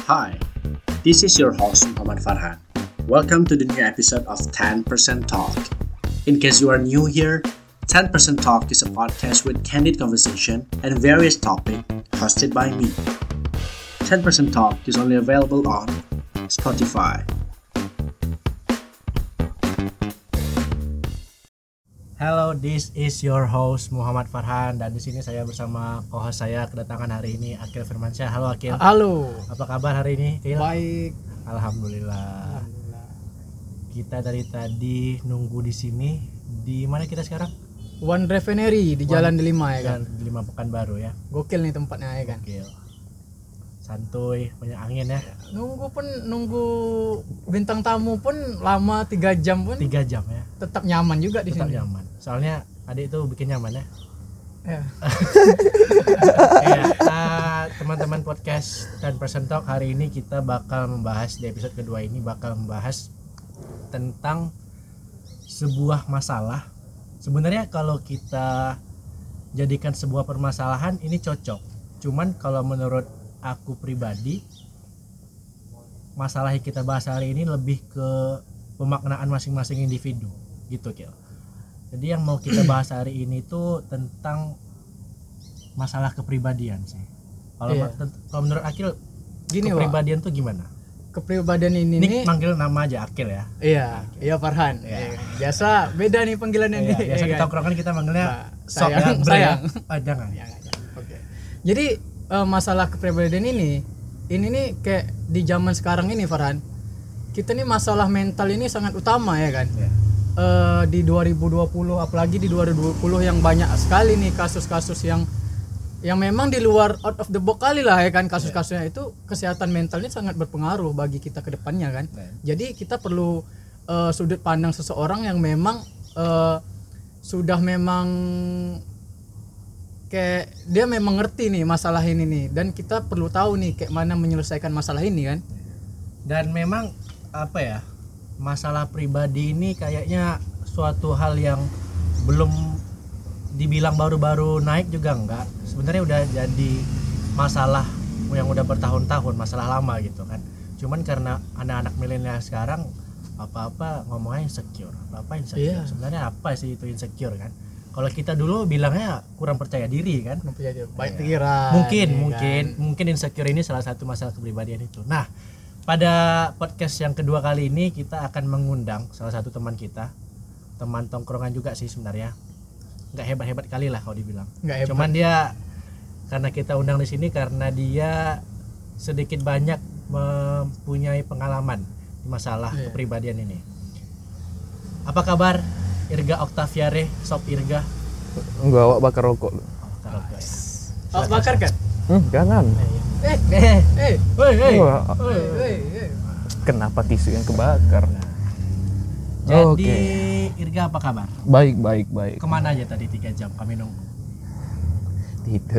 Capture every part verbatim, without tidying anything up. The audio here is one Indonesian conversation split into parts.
Hi, this is your host Muhammad Farhan. Welcome to the new episode of ten percent Talk. In case you are new here, ten percent Talk is a podcast with candid conversation and various topics hosted by me. ten percent Talk is only available on Spotify. Hello, this is your host Muhammad Farhan dan di sini saya bersama co-host saya kedatangan hari ini Akil Firmansyah. Halo Akil. Halo. Apa kabar hari ini? Akil? Baik. Alhamdulillah. Alhamdulillah. Kita dari tadi nunggu di sini. Di mana kita sekarang? One Refinery di Jalan Delima ya kan. Delima Pekanbaru ya. Gokil nih tempatnya ya kan. Gokil. Santuy, banyak angin ya. Nunggu pun nunggu bintang tamu pun lama tiga jam pun. tiga jam ya. Tetap nyaman juga di Tetap sini. nyaman. Soalnya adik itu bikin nyaman ya. Ya. Ya, uh, teman-teman podcast ten percent Talk hari ini kita bakal membahas di episode kedua ini bakal membahas tentang sebuah masalah. Sebenarnya kalau kita jadikan sebuah permasalahan ini cocok. Cuman kalau menurut aku pribadi, masalah yang kita bahas hari ini lebih ke pemaknaan masing-masing individu gitu Kil. Jadi yang mau kita bahas hari ini tuh tentang masalah kepribadian sih. Kalau iya. ma- kalau menurut Akil Gini, kepribadian Wak. Tuh gimana? Kepribadian ini Ini nih manggil nama aja Akil ya. Iya, iya Farhan. Iya. Iya. Biasa beda nih panggilannya Iya, nih. biasa ya kita kan? tongkrongan kita manggilnya Nah, sok sayang, ya, bre sayang. ya. Oh, jangan. Ya, ya, ya. Oke. Jadi uh, masalah kepribadian ini ini nih kayak di zaman sekarang ini Farhan. Kita nih masalah mental ini sangat utama ya kan. Ya. Uh, di dua ribu dua puluh apalagi di dua ribu dua puluh yang banyak sekali nih kasus-kasus yang yang memang di luar out of the box kali lah ya kan kasus-kasusnya itu kesehatan mentalnya sangat berpengaruh bagi kita ke depannya kan. Ya. Jadi kita perlu uh, sudut pandang seseorang yang memang uh, sudah memang kayak dia memang ngerti nih masalah ini nih dan kita perlu tahu nih kayak mana menyelesaikan masalah ini kan. Dan memang apa ya, masalah pribadi ini kayaknya suatu hal yang belum dibilang baru-baru naik juga enggak. Sebenarnya udah jadi masalah yang udah bertahun-tahun, masalah lama gitu kan. Cuman karena anak-anak milenial sekarang apa-apa ngomongnya insecure. Apa insecure? Iya. Sebenarnya apa sih itu insecure kan? Kalau kita dulu bilangnya kurang percaya diri kan. Baik pikiran. Mungkin, ya mungkin, kan? mungkin insecure ini salah satu masalah kepribadian itu. Nah, pada podcast yang kedua kali ini kita akan mengundang salah satu teman kita, teman tongkrongan juga sih sebenarnya. Nggak hebat-hebat kali lah kalau dibilang. Nggak hebat. Cuman dia karena kita undang di sini karena dia sedikit banyak mempunyai pengalaman di masalah Iya. kepribadian ini. Apa kabar Irga Octaviare, Sob Irga? Enggak, awak bakar rokok. Oh, taruh guys. Oh, bakar kan? Hmm, jangan. Eh, Eh, eh, woi, woi. Wah, eh, eh, eh. kenapa tisu yang kebakar? Jadi Oke. Irga apa kabar? Baik, baik, baik. Kemana aja tadi tiga jam kami nunggu? Tidur.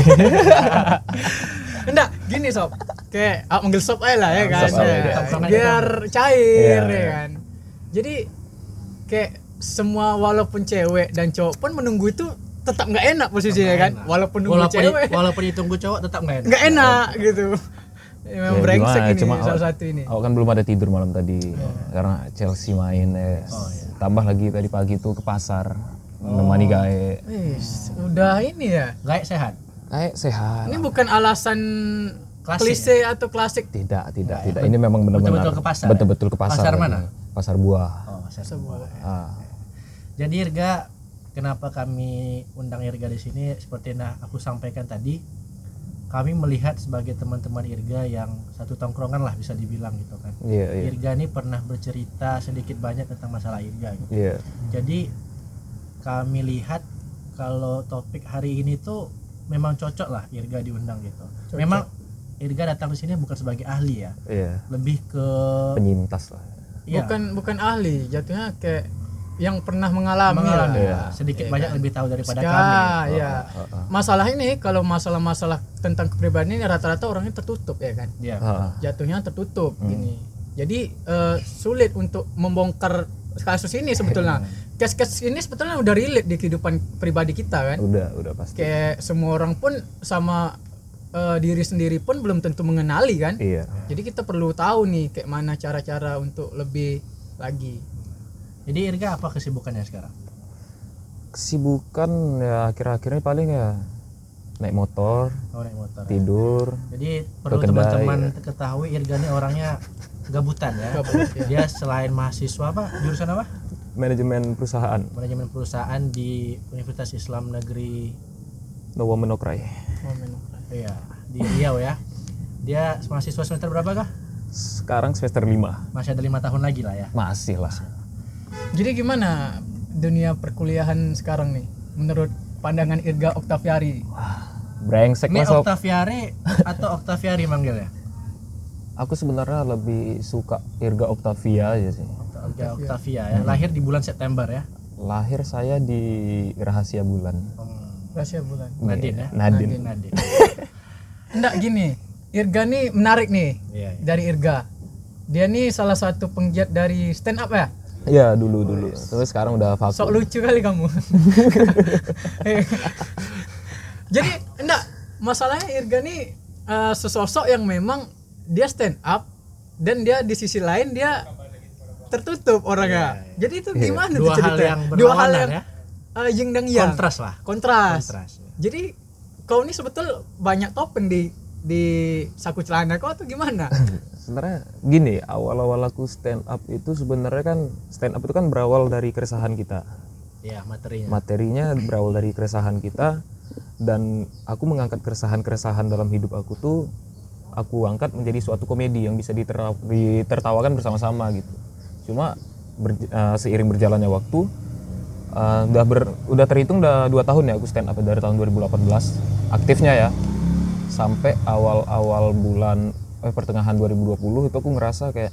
Enggak, gini sob. Kayak ah, manggil sob aja lah ya kan. Sob aja, Ya, iya. biar cair Iya, ya iya. kan. Jadi kayak semua walaupun cewek dan cowok pun menunggu itu tetap nggak enak posisinya Nggak kan. enak. Walaupun nunggu Walaupun cewek walaupun ditunggu cowok tetap nggak enak. nggak enak gitu. Memang Ya, brengsek gimana? ini Cuma salah awak- satu ini. Awak kan belum ada tidur malam tadi karena Chelsea main. Eh. Oh, iya. Tambah lagi tadi pagi tuh ke pasar menemani gae. Wis, udah ini ya. Gaek sehat. Gae sehat. Ini bukan alasan Klasik klise atau klasik. Tidak, tidak, tidak. Ini memang benar-benar Betul-betul ke pasar, ya? Betul-betul ke pasar. Pasar ini. mana? Pasar buah. Oh, sehat semua. Ah. Jadi Irga, kenapa kami undang Irga di sini? Seperti yang aku sampaikan tadi, kami melihat sebagai teman-teman Irga yang satu tongkrongan lah bisa dibilang gitu kan. Iya, iya. Irga ini pernah bercerita sedikit banyak tentang masalah Irga gitu. Iya. Jadi kami lihat kalau topik hari ini tuh memang cocok lah Irga diundang gitu. Cocok. Memang Irga datang di sini bukan sebagai ahli ya, Iya. lebih ke Penyintas lah. iya, Bukan bukan ahli, jatuhnya kayak yang pernah mengalami, mengalami lah. Iya. sedikit Iya banyak kan? lebih tahu daripada Ya, kami. ya. Oh, oh, oh. Masalah ini kalau masalah-masalah tentang kepribadian ini rata-rata orangnya tertutup ya kan. Iya. Ah. Jatuhnya tertutup Hmm. gini. Jadi eh, sulit untuk membongkar kasus ini sebetulnya. Kes-kes ini sebetulnya udah relate di kehidupan pribadi kita kan. Udah, udah pasti. Kayak semua orang pun sama eh, diri sendiri pun belum tentu mengenali kan. Iya. Jadi kita perlu tahu nih kayak mana cara-cara untuk lebih lagi. Jadi Irga apa kesibukannya sekarang? Kesibukan ya akhir-akhir ini paling ya naik motor, Oh, naik motor. ya. tidur. Jadi perlu Ke kedai, teman-teman ya. ketahui Irga ini orangnya gabutan ya. Gabut, ya. Dia selain mahasiswa apa? Jurusan apa? Manajemen perusahaan Manajemen perusahaan di Universitas Islam Negeri. Nowo Menokrai. Momen. Iya, di Riau ya. Dia mahasiswa semester berapa kah? Sekarang semester lima. Masih ada lima tahun lagi lah ya. Masih lah. Jadi gimana dunia perkuliahan sekarang nih menurut pandangan Irga Octaviari? Brengsek Ini lah sob. Octaviari atau Octaviari manggilnya? Aku sebenarnya lebih suka Irga Octavia aja sih. Octavia, Octavia ya. Lahir di bulan September ya. Lahir saya di Rahasia Bulan. Hmm. Rahasia bulan. Nadine ya. Nadine. Nadine. Enggak gini, Irga nih menarik nih Iya, iya. dari Irga. Dia nih salah satu penggiat dari stand up ya. Iya dulu dulu. Terus sekarang udah vakum. Sok lucu kali kamu. Jadi enggak, masalahnya Irga nih eh, sesosok yang memang dia stand up dan dia di sisi lain dia tertutup orangnya. Jadi itu gimana tuh Dua hal ceritanya? yang Dua hal berlawanan yang ya. eh, yin dan yang. Kontras lah. Kontras. Kontras. ya. Jadi kau ini sebetul banyak topeng di di saku celana kau atau gimana? Sebenarnya gini, awal-awal aku stand up itu sebenarnya kan stand up itu kan berawal dari keresahan kita. Iya, materinya. Materinya berawal dari keresahan kita dan aku mengangkat keresahan-keresahan dalam hidup aku tuh aku angkat menjadi suatu komedi yang bisa ditera- ditertawakan bersama-sama gitu. Cuma ber- uh, seiring berjalannya waktu uh, udah ber, udah terhitung udah dua tahun ya aku stand up dari tahun dua ribu delapan belas aktifnya ya sampai awal-awal bulan eh, pertengahan dua ribu dua puluh itu aku ngerasa kayak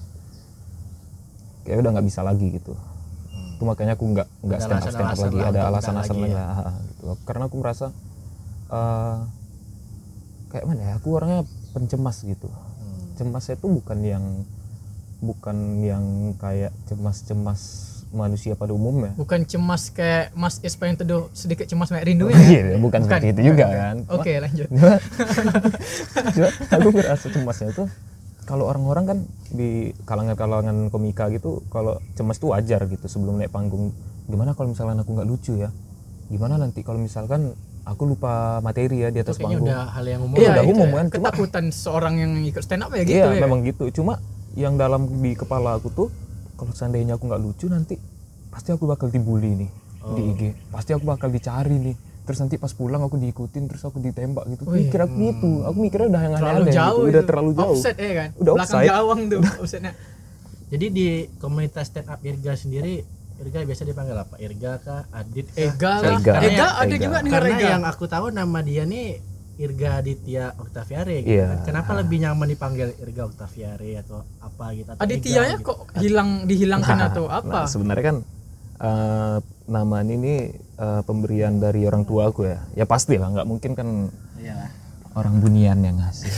kayak udah nggak bisa lagi gitu. Itu makanya aku nggak nggak Ada stand up stand up alasan-alasan lagi, lah ada untuk alasan-alasan nggak lagi lagi lah, gitu. Karena aku merasa uh, kayak mana ya, aku orangnya pencemas gitu. Cemasnya itu bukan yang bukan yang kayak cemas-cemas manusia pada umumnya. Bukan cemas kayak Mas Ispa yang teduh sedikit cemas kayak rindu ya? Iya, bukan seperti itu juga kan. Oke, lanjut. Cuma, cuma aku ngerasa cemasnya itu kalau orang-orang kan di kalangan-kalangan komika gitu, kalau cemas tuh wajar gitu sebelum naik panggung. Gimana kalau misalkan aku nggak lucu ya? Gimana nanti kalau misalkan aku lupa materi ya di atas Kayaknya panggung? udah hal yang umum. Iya, lah udah itu umum ya. kan. Cuma Ketakutan seorang yang ikut stand up ya gitu iya, ya. memang gitu. Cuma yang dalam di kepala aku tuh kalau seandainya aku nggak lucu nanti pasti aku bakal dibully nih di I G. Pasti aku bakal dicari nih. Terus nanti pas pulang aku diikutin terus aku ditembak gitu. Pikir aku gitu. Aku mikirnya udah yang Terlalu aneh-aneh jauh gitu. Udah itu. terlalu jauh. Offset ya kan. Udah Belakang offside. gawang tuh offsetnya. Jadi di komunitas stand up Irga sendiri, Irga biasa dipanggil apa? Irga kah? Adit kah? Ega lah. Ega. Ega, Ega. ada Ega. juga nih Karena Ega. yang aku tahu nama dia nih Irga Aditya Octaviari gitu. Iya. kan. Kenapa lebih nyaman dipanggil Irga Octaviari atau apa gitu? Atau Adityanya Ega gitu? kok hilang dihilangkan atau Nah, apa? sebenarnya kan eh, nama ini eh, pemberian dari orang tua aku ya. Ya pasti lah, nggak mungkin kan Iya. orang bunian yang ngasih.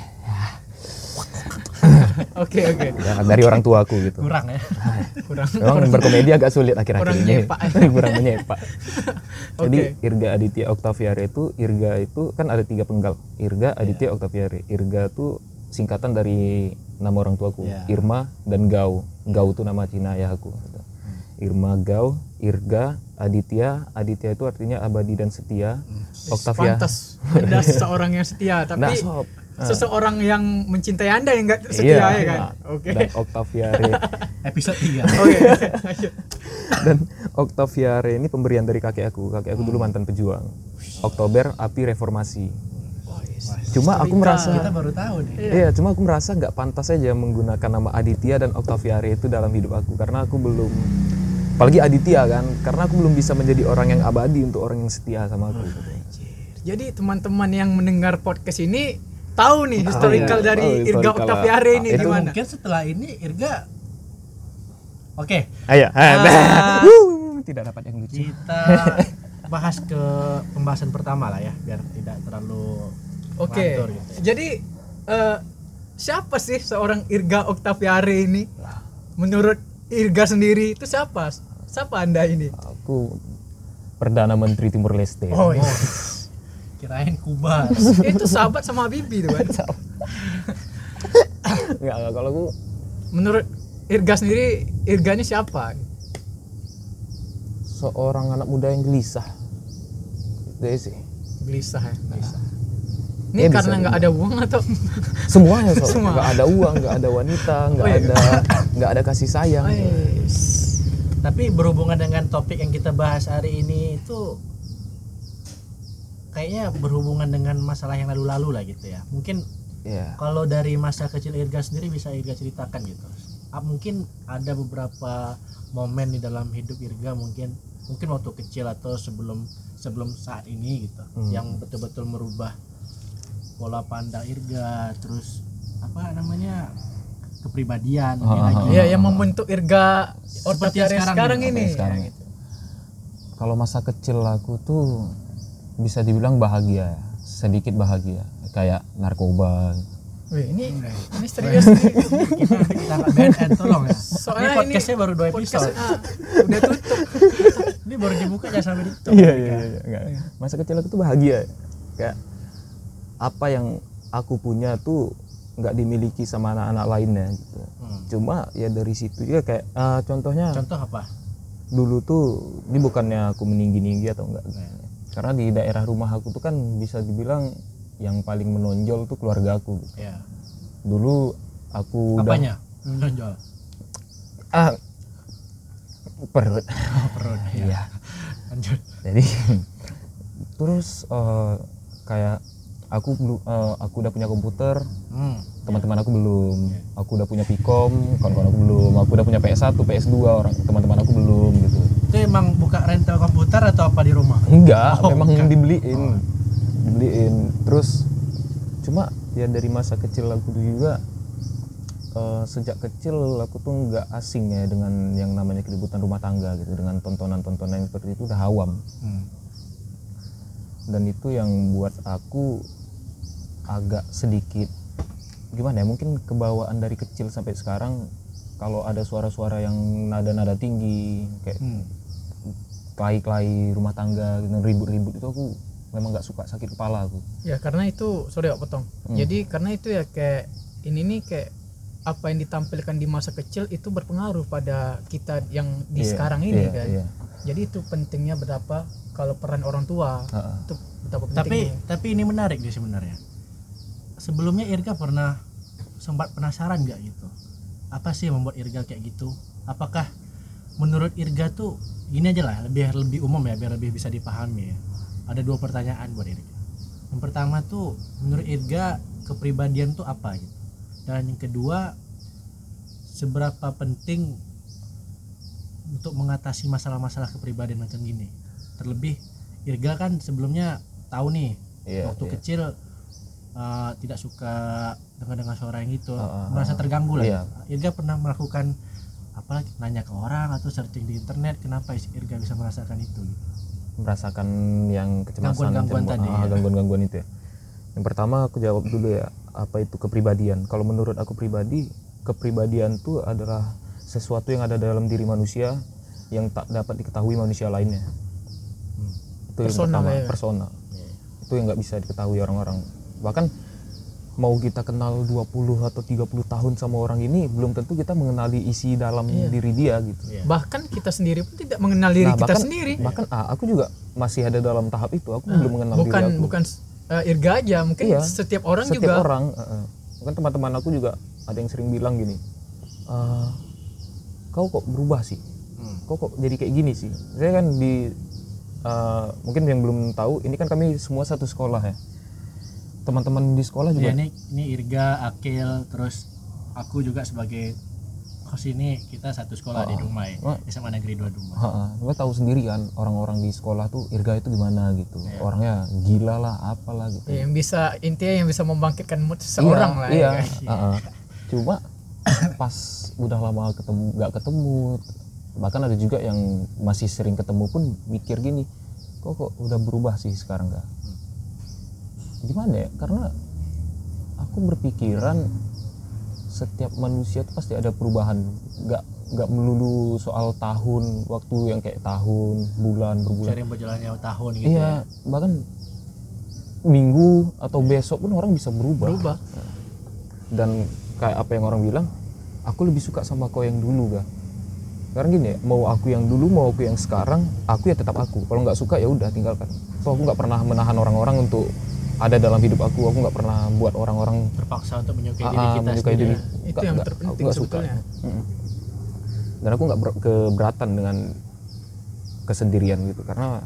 Oke, oke. Ya, dari orang tua aku gitu. Kurang ya. Kurang. Memang berkomedi agak sulit akhir-akhir Kurang ini. nyepak. Kurang menyepak. Jadi Oke. Irga Aditya Octaviari itu, Irga itu kan ada tiga penggal. Irga Aditya Octaviari. Irga itu singkatan dari nama orang tuaku, Iya. Irma dan Gau. Gau itu nama Cina ya aku. Irma, Gau, Irga, Aditya. Aditya itu artinya abadi dan setia. Octavia. Pantas Anda seseorang yang setia, tapi Nah, sob. seseorang yang mencintai Anda yang enggak setia Iya, ya kan. nah. Oke. Dan Octaviari. Episode tiga. Oke. lanjut. Dan Octaviari ini pemberian dari kakek aku. Kakek aku dulu mantan pejuang. Oktober api reformasi. Cuma aku merasa Kita baru tahu nih. iya, cuma aku merasa nggak pantas aja menggunakan nama Aditya dan Octaviari itu dalam hidup aku karena aku belum, apalagi Aditya kan, karena aku belum bisa menjadi orang yang abadi untuk orang yang setia sama aku. Jadi teman-teman yang mendengar podcast ini tahu nih historical iya. dari Oh, Irga historical. Octaviari ini Itu gimana? Mungkin setelah ini Irga Oke, Ayo, Ah. Wuh, tidak dapat yang lucu. kita bahas ke pembahasan pertama lah ya, biar tidak terlalu Oke. ngantor gitu ya. Jadi eh, siapa sih seorang Irga Octaviari ini? Menurut Irga sendiri itu siapa? Siapa Anda ini? Aku Perdana Menteri Timur Leste. Oh iya. Kirain Kubas. Itu sahabat sama Habibie tuh kan. Enggak, enggak, kalau aku Menurut Irga sendiri, Irga ini siapa? seorang anak muda yang gelisah. Itu sih. Gelisah ya. Gelisah. Ini Ya, bisa karena nggak ada uang atau Semuanya soal Semua. nggak ada uang, nggak ada wanita, nggak Oh, iya. ada nggak ada kasih sayang. Ais. Tapi berhubungan dengan topik yang kita bahas hari ini itu kayaknya berhubungan dengan masalah yang lalu-lalu lah gitu ya. Mungkin Ya. kalau dari masa kecil Irga sendiri bisa Irga ceritakan gitu. Ah, mungkin ada beberapa momen di dalam hidup Irga mungkin mungkin waktu kecil atau sebelum sebelum saat ini gitu Hmm. yang betul-betul merubah pola pandang Irga, terus apa namanya kepribadian Ah, ini lagi. Iya, yang membentuk Irga Seperti otak sekarang sekarang gitu, ini. Sampai sekarang itu. Kalau masa kecil aku tuh bisa dibilang bahagia, ya. Sedikit bahagia, kayak narkoba. Wih, ini ini serius nih. kita kita nggak B N N tolong ya. Soalnya ini podcastnya baru dua Podcast episode. ah, udah tutup. Ini baru dibuka jangan sampai ditutup. Iya iya iya. Enggak. Masa kecil aku tuh bahagia, kayak apa yang aku punya tuh nggak dimiliki sama anak-anak lainnya gitu. Hmm. Cuma ya dari situ juga kayak eh, contohnya Contoh apa? dulu tuh ini bukannya aku meninggi-ninggi atau enggak, karena di daerah rumah aku tuh kan bisa dibilang yang paling menonjol tuh keluarga aku gitu. Ya. Dulu aku udah Apanya? Menonjol. ah perut Oh, perut. Ya. iya. Lanjut. Jadi terus eh, kayak aku belum eh, aku udah punya komputer, Hmm. teman-teman aku belum. Aku udah punya Pikom, kawan-kawan aku belum. Aku udah punya P S satu, P S dua, orang teman-teman aku belum gitu. Itu emang buka rental komputer atau apa di rumah? Enggak, Oh, memang bukan. dibeliin. Dibeliin. Terus cuma ya dari masa kecil aku tuh juga eh, sejak kecil aku tuh nggak asing ya dengan yang namanya keributan rumah tangga gitu, dengan tontonan-tontonan yang seperti itu udah awam. Hmm. Dan itu yang buat aku agak sedikit gimana ya, mungkin kebawaan dari kecil sampai sekarang. Kalau ada suara-suara yang nada-nada tinggi kayak Hmm. kelahi-kelahi rumah tangga gitu, ribut-ribut itu aku memang nggak suka, sakit kepala aku. Ya karena itu, sorry aku potong. Hmm. Jadi karena itu ya kayak ini nih kayak apa yang ditampilkan di masa kecil itu berpengaruh pada kita yang di Iya, sekarang ini iya, kan. iya. Jadi itu pentingnya betapa kalau peran orang tua Ha-ha. itu betapa Tapi pentingnya. tapi ini menarik nih sebenarnya. Sebelumnya Irga pernah sempat penasaran nggak gitu? Apa sih yang membuat Irga kayak gitu? Apakah menurut Irga tuh ini aja lah, lebih lebih umum ya, biar lebih bisa dipahami ya. Ada dua pertanyaan buat Irga. Yang pertama tuh menurut Irga kepribadian tuh apa gitu? Dan yang kedua, seberapa penting untuk mengatasi masalah-masalah kepribadian macam gini? Terlebih Irga kan sebelumnya tahu nih Iya, waktu iya. kecil uh, tidak suka dengar-dengar suara yang gitu, Uh, uh, merasa uh. terganggu lah. Iya. Irga pernah melakukan apa nanya ke orang atau searching di internet, kenapa Irga bisa merasakan itu gitu? Merasakan yang kecemasan, Gangguan-gangguan macam- tadi, ah, ya. gangguan-gangguan itu ya. Yang pertama aku jawab dulu ya, apa itu kepribadian. Kalau menurut aku pribadi, kepribadian itu adalah sesuatu yang ada dalam diri manusia yang tak dapat diketahui manusia lainnya. Itu yang Personal pertama, ya. personal. Itu yang nggak bisa diketahui orang-orang. Bahkan mau kita kenal dua puluh atau tiga puluh tahun sama orang ini, belum tentu kita mengenali isi dalam Iya. diri dia gitu. Iya. Bahkan kita sendiri pun tidak mengenal diri Nah, kita bahkan- sendiri. Bahkan ah, aku juga masih ada dalam tahap itu. Aku Nah, belum mengenal bukan diri aku. bukan uh, Irga aja, mungkin Iya, setiap orang setiap juga. orang uh, uh. Kan teman-teman aku juga ada yang sering bilang gini, "Eh, kau kok berubah sih, Hmm. kau kok jadi kayak gini sih." Saya kan di uh, mungkin yang belum tahu, ini kan kami semua satu sekolah ya, teman-teman di sekolah juga. Ya, ini ini Irga, Akil, terus aku juga sebagai host ini, kita satu sekolah di Dumai, Oh. S M A Negeri dua Dumai. Heeh, gue tahu sendiri kan orang-orang di sekolah tuh Irga itu gimana gitu, Iya. orangnya gila lah, apalah gitu. Ya, yang bisa intinya yang bisa membangkitkan mood seseorang iya, lah iya, ya kan? heeh. Cuma pas udah lama ketemu nggak ketemu, bahkan ada juga yang masih sering ketemu pun mikir gini, kok kok udah berubah sih sekarang nggak? Gimana ya, karena aku berpikiran setiap manusia itu pasti ada perubahan, nggak nggak melulu soal tahun, waktu yang kayak tahun, bulan, berbulan. Sering berjalannya tahun gitu. Iya, bahkan minggu atau besok pun orang bisa berubah. Berubah. Dan kayak apa yang orang bilang, aku lebih suka sama kau yang dulu kan. Karena gini ya, mau aku yang dulu mau aku yang sekarang, aku ya tetap aku. Kalau nggak suka ya udah tinggalkan. So aku nggak pernah menahan orang-orang untuk ada dalam hidup aku. Aku nggak pernah buat orang-orang terpaksa untuk menyukai ah, diri kita menyukai sendiri. diri. Itu Nggak- yang nggak, terpenting aku nggak suka. sebetulnya. Mm-mm. Dan aku nggak ber- keberatan dengan kesendirian gitu, karena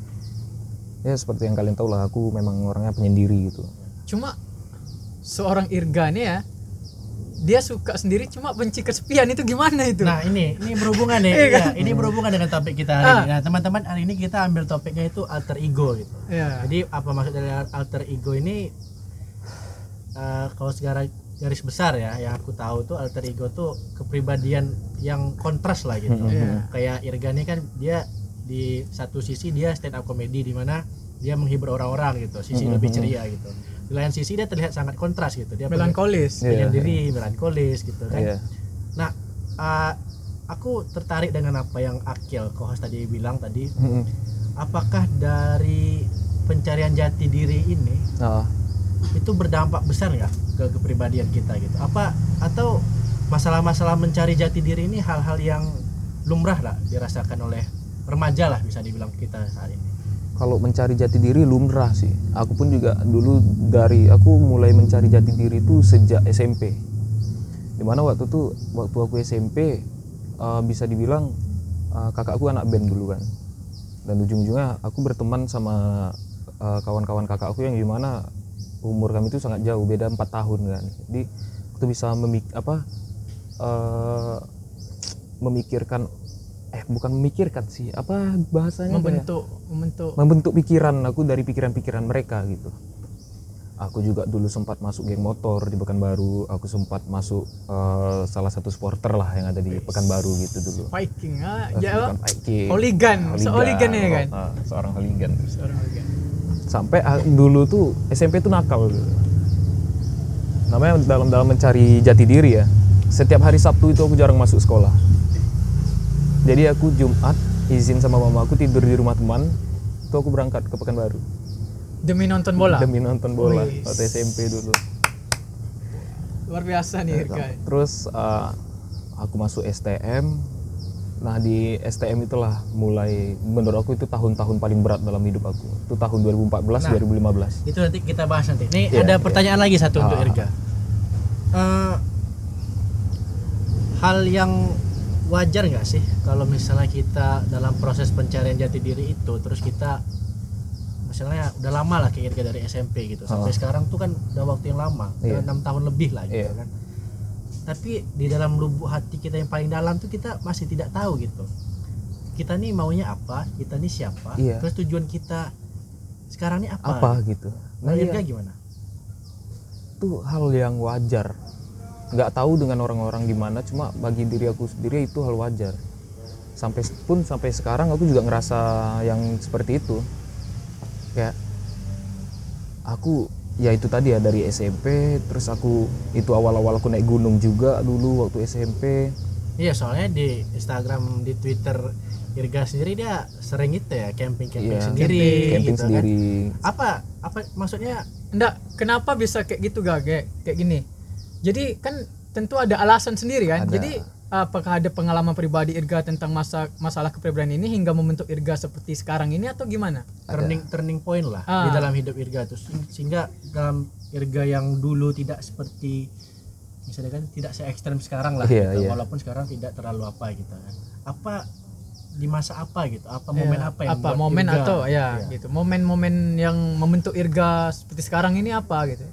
ya seperti yang kalian tahu lah, aku memang orangnya penyendiri gitu. Cuma seorang Irga nih ya, dia suka sendiri cuma benci kesepian, itu gimana itu? Nah ini ini berhubungan nih, Iya kan? ya, ini berhubungan dengan topik kita hari Ah. ini. Nah teman-teman, hari ini kita ambil topiknya itu alter ego gitu. Ya. Jadi apa maksud dari alter ego ini? Eh, kalau secara garis besar ya, yang aku tahu tuh alter ego tuh kepribadian yang kontras lah gitu. Iya. Kayak Irga ini kan dia di satu sisi dia stand up comedy di mana dia menghibur orang-orang gitu, sisi lebih ceria gitu. Di lain sisi dia terlihat sangat kontras gitu. Dia Melankolis. Iya. penyendiri, melankolis gitu kan. Iya. Nah, uh, aku tertarik dengan apa yang Akil co-host tadi bilang tadi. Mm-mm. Apakah dari pencarian jati diri ini Nah, itu berdampak besar nggak ke kepribadian kita gitu? Apa atau masalah-masalah mencari jati diri ini hal-hal yang lumrah lah dirasakan oleh remaja lah bisa dibilang kita saat ini? kalau mencari jati diri lumrah sih. Aku pun juga dulu dari aku mulai mencari jati diri itu sejak S M P. Dimana waktu itu waktu aku S M P uh, bisa dibilang uh, kakakku anak band dulu kan. Dan ujung-ujungnya aku berteman sama uh, kawan-kawan kakakku yang gimana umur kami itu sangat jauh, beda empat tahun kan. Jadi aku bisa memik apa uh, memikirkan eh bukan memikirkan sih, apa bahasanya apa ya? Membentuk, membentuk. membentuk pikiran aku dari pikiran-pikiran mereka gitu. Aku juga dulu sempat masuk geng motor di Pekanbaru, aku sempat masuk uh, salah satu supporter lah yang ada di Pekanbaru gitu dulu. Viking, ah, Uh, ya, bukan Viking. Hooligan, sehooligan ya kan? Oh, uh, seorang hooligan. Seorang hooligan. Sampai uh, dulu tuh S M P tuh nakal gitu. Namanya dalam dalam mencari jati diri ya. Setiap hari Sabtu itu aku jarang masuk sekolah. Jadi aku Jumat izin sama mama aku tidur di rumah teman, itu aku berangkat ke Pekanbaru Demi nonton bola. demi nonton bola Wih. waktu S M P dulu. Luar biasa nih Irga. Terus uh, aku masuk S T M. Nah di S T M itulah mulai, menurut aku itu tahun-tahun paling berat dalam hidup aku. Itu tahun dua ribu empat belas Nah. dua ribu lima belas. Itu nanti kita bahas nanti. Nih Iya, ada iya. pertanyaan lagi satu untuk Ah. Irga. Eh, hal yang wajar nggak sih kalau misalnya kita dalam proses pencarian jati diri itu terus kita misalnya udah lama lah kayak Irga dari S M P gitu sampai Ah. sekarang tuh kan udah waktu yang lama, udah Iya. enam tahun lebih lah gitu Iya. kan. Tapi di dalam lubuk hati kita yang paling dalam tuh kita masih tidak tahu gitu. Kita nih maunya apa, kita nih siapa, Iya. terus tujuan kita sekarang nih apa? Apa gitu. Nah, Nah, Irga iya. gimana? Itu hal yang wajar. Nggak tahu dengan orang-orang gimana, cuma bagi diri aku sendiri itu hal wajar. Sampai pun sampai sekarang aku juga ngerasa yang seperti itu. Kayak aku ya itu tadi ya dari S M P, terus aku itu awal-awal aku naik gunung juga dulu waktu S M P. Iya, soalnya di Instagram, di Twitter Irga sendiri dia sering itu ya camping-camping Iya, sendiri, camping gitu sendiri. kan. Apa apa maksudnya? Enggak, kenapa bisa kayak gitu gak kayak, kayak gini? Jadi kan tentu ada alasan sendiri kan. Ada. Jadi apakah ada pengalaman pribadi Irga tentang masa masalah kepribadian ini hingga membentuk Irga seperti sekarang ini atau gimana? turning turning point lah Ah. di dalam hidup Irga tuh sehingga dalam Irga yang dulu tidak seperti misalnya kan tidak se ekstrem sekarang lah Iya, gitu, iya. walaupun sekarang tidak terlalu apa gitu kan. Apa di masa apa gitu? Apa momen Ya, apa yang apa buat momen Irga, atau ya iya. gitu. Momen-momen yang membentuk Irga seperti sekarang ini apa gitu?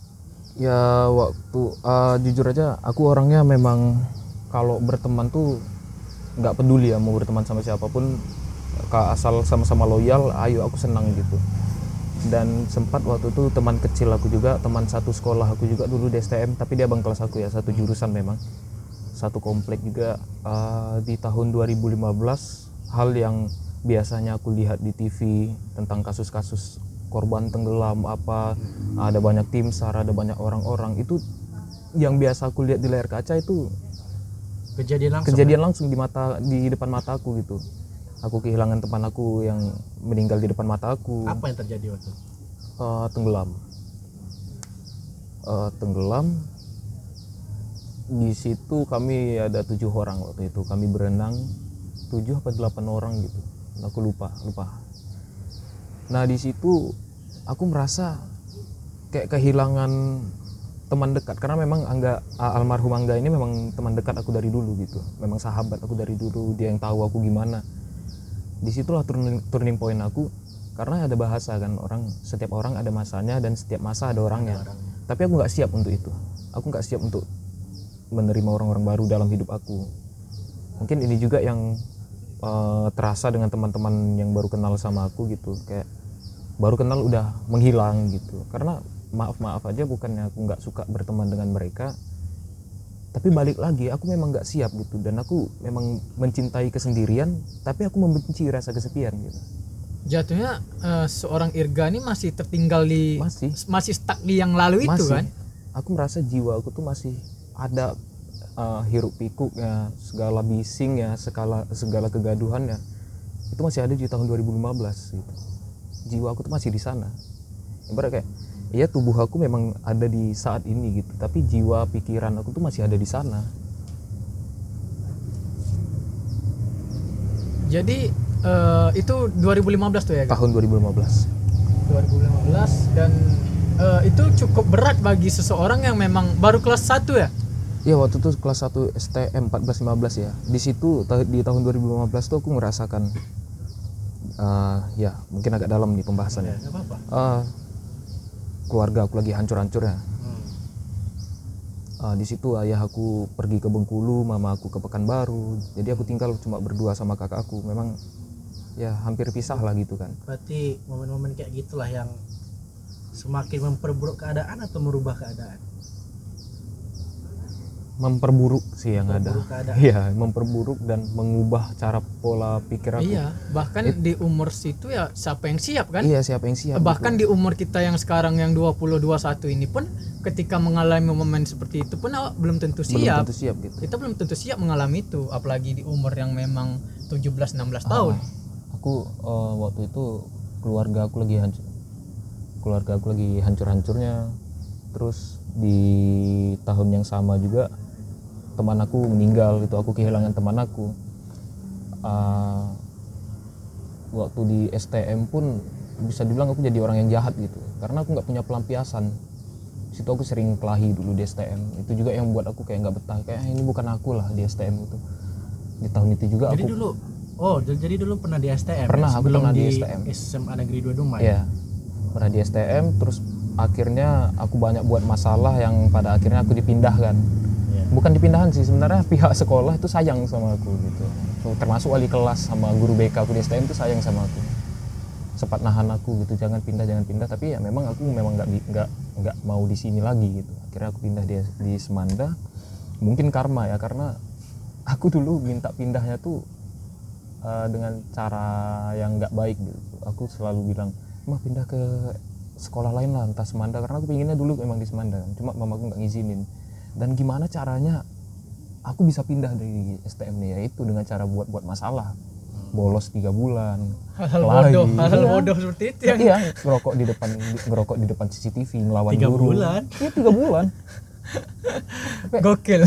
Ya waktu uh, jujur aja aku orangnya memang kalau berteman tuh nggak peduli ya mau berteman sama siapapun, ka- asal sama-sama loyal, ayo aku senang gitu. Dan sempat waktu itu teman kecil aku juga, teman satu sekolah aku juga dulu di S T M, tapi dia abang kelas aku ya, satu jurusan memang, satu komplek juga. Uh, di tahun dua ribu lima belas hal yang biasanya aku lihat di T V tentang kasus-kasus korban tenggelam apa, ada banyak tim SAR, ada banyak orang-orang, itu yang biasa aku lihat di layar kaca itu kejadian langsung kejadian langsung di mata di depan mataku gitu. Aku kehilangan teman aku yang meninggal di depan mata aku. apa yang terjadi waktu? Uh, tenggelam. Uh, tenggelam. Di situ kami ada tujuh orang waktu itu. Kami berenang tujuh atau delapan orang gitu. Aku lupa, lupa. Nah di situ aku merasa kayak kehilangan teman dekat, karena memang Angga, almarhum Angga ini memang teman dekat aku dari dulu gitu. Memang sahabat aku dari dulu. Dia yang tahu aku gimana. Disitulah turning, turning point aku. Karena ada bahasa kan, orang setiap orang ada masanya dan setiap masa ada orangnya. Ada orangnya. Tapi aku nggak siap untuk itu. Aku nggak siap untuk menerima orang-orang baru dalam hidup aku. Mungkin ini juga yang uh, terasa dengan teman-teman yang baru kenal sama aku gitu. Kayak baru kenal udah menghilang gitu. Karena maaf-maaf aja, bukannya aku nggak suka berteman dengan mereka, tapi balik lagi aku memang nggak siap gitu. Dan aku memang mencintai kesendirian, tapi aku membenci rasa kesepian gitu. Jatuhnya uh, seorang Irga ini masih tertinggal di masih masih stuck di yang lalu masih. Itu kan. Aku merasa jiwa aku tuh masih ada uh, hiruk pikuknya, segala bisingnya, segala segala kegaduhannya. Itu masih ada di tahun dua ribu lima belas gitu. Jiwa aku tuh masih di sana. Ibarat kayak iya, tubuh aku memang ada di saat ini gitu, tapi jiwa pikiran aku tuh masih ada di sana. Jadi Uh, itu dua ribu lima belas tuh ya kan? Tahun dua ribu lima belas. dua ribu lima belas dan uh, itu cukup berat bagi seseorang yang memang baru kelas satu ya? Iya, waktu itu kelas satu S T M empat belas lima belas ya. Di situ di tahun dua ribu lima belas tuh aku merasakan uh, ya mungkin agak dalam nih pembahasannya. Ya, gak apa-apa. Uh, keluarga aku lagi hancur-hancurnya. Uh, di situ ayah aku pergi ke Bengkulu, mama aku ke Pekanbaru. Jadi aku tinggal cuma berdua sama kakakku. Memang ya hampir pisah lah gitu kan. Berarti momen-momen kayak gitulah yang semakin memperburuk keadaan atau merubah keadaan? Memperburuk sih yang memperburuk ada. Keadaan. Iya, memperburuk dan mengubah cara pola pikir aku. Iya, bahkan It, di umur situ ya siapa yang siap kan? Iya, siapa yang siap. Bahkan gitu. Di umur kita yang sekarang yang dua puluh dua puluh satu ini pun ketika mengalami momen seperti itu pun belum tentu siap. Belum tentu siap gitu. Kita belum tentu siap mengalami itu, apalagi di umur yang memang tujuh belas enam belas tahun. Ah, aku uh, waktu itu keluarga aku lagi hancur. Keluarga aku lagi hancur-hancurnya. Terus di tahun yang sama juga teman aku meninggal, itu aku kehilangan teman aku. Uh, waktu di S T M pun bisa dibilang aku jadi orang yang jahat gitu, karena aku nggak punya pelampiasan. Situ aku sering kelahi dulu di S T M. Itu juga yang buat aku kayak nggak betah, kayak ini bukan aku lah di S T M itu. Di tahun itu juga jadi aku dulu oh jadi dulu pernah di S T M pernah ya? aku pernah di, di S T M S M A Negeri dua Dumai. Iya, pernah di S T M. Terus akhirnya aku banyak buat masalah yang pada akhirnya aku dipindahkan. Yeah. Bukan dipindahkan sih, sebenarnya pihak sekolah itu sayang sama aku gitu. So, termasuk wali kelas sama guru B K aku di S T M itu sayang sama aku. Sempat nahan aku gitu, jangan pindah jangan pindah, tapi ya memang aku memang nggak nggak nggak mau di sini lagi gitu. Akhirnya aku pindah di di Semanda. Mungkin karma ya, karena aku dulu minta pindahnya tuh uh, dengan cara yang nggak baik gitu. Aku selalu bilang, mah pindah ke sekolah lain lah, entah Semanda, karena aku pinginnya dulu memang di Semanda kan. Cuma mamaku nggak ngizinin. Dan gimana caranya aku bisa pindah dari S T M nih, yaitu dengan cara buat-buat masalah, bolos tiga bulan, hal-hal bodoh, hal-hal bodoh seperti itu yang iya, ngerokok di depan ngerokok di depan C C T V, ngelawan tiga guru. bulan. Iya, tiga bulan. Gokil.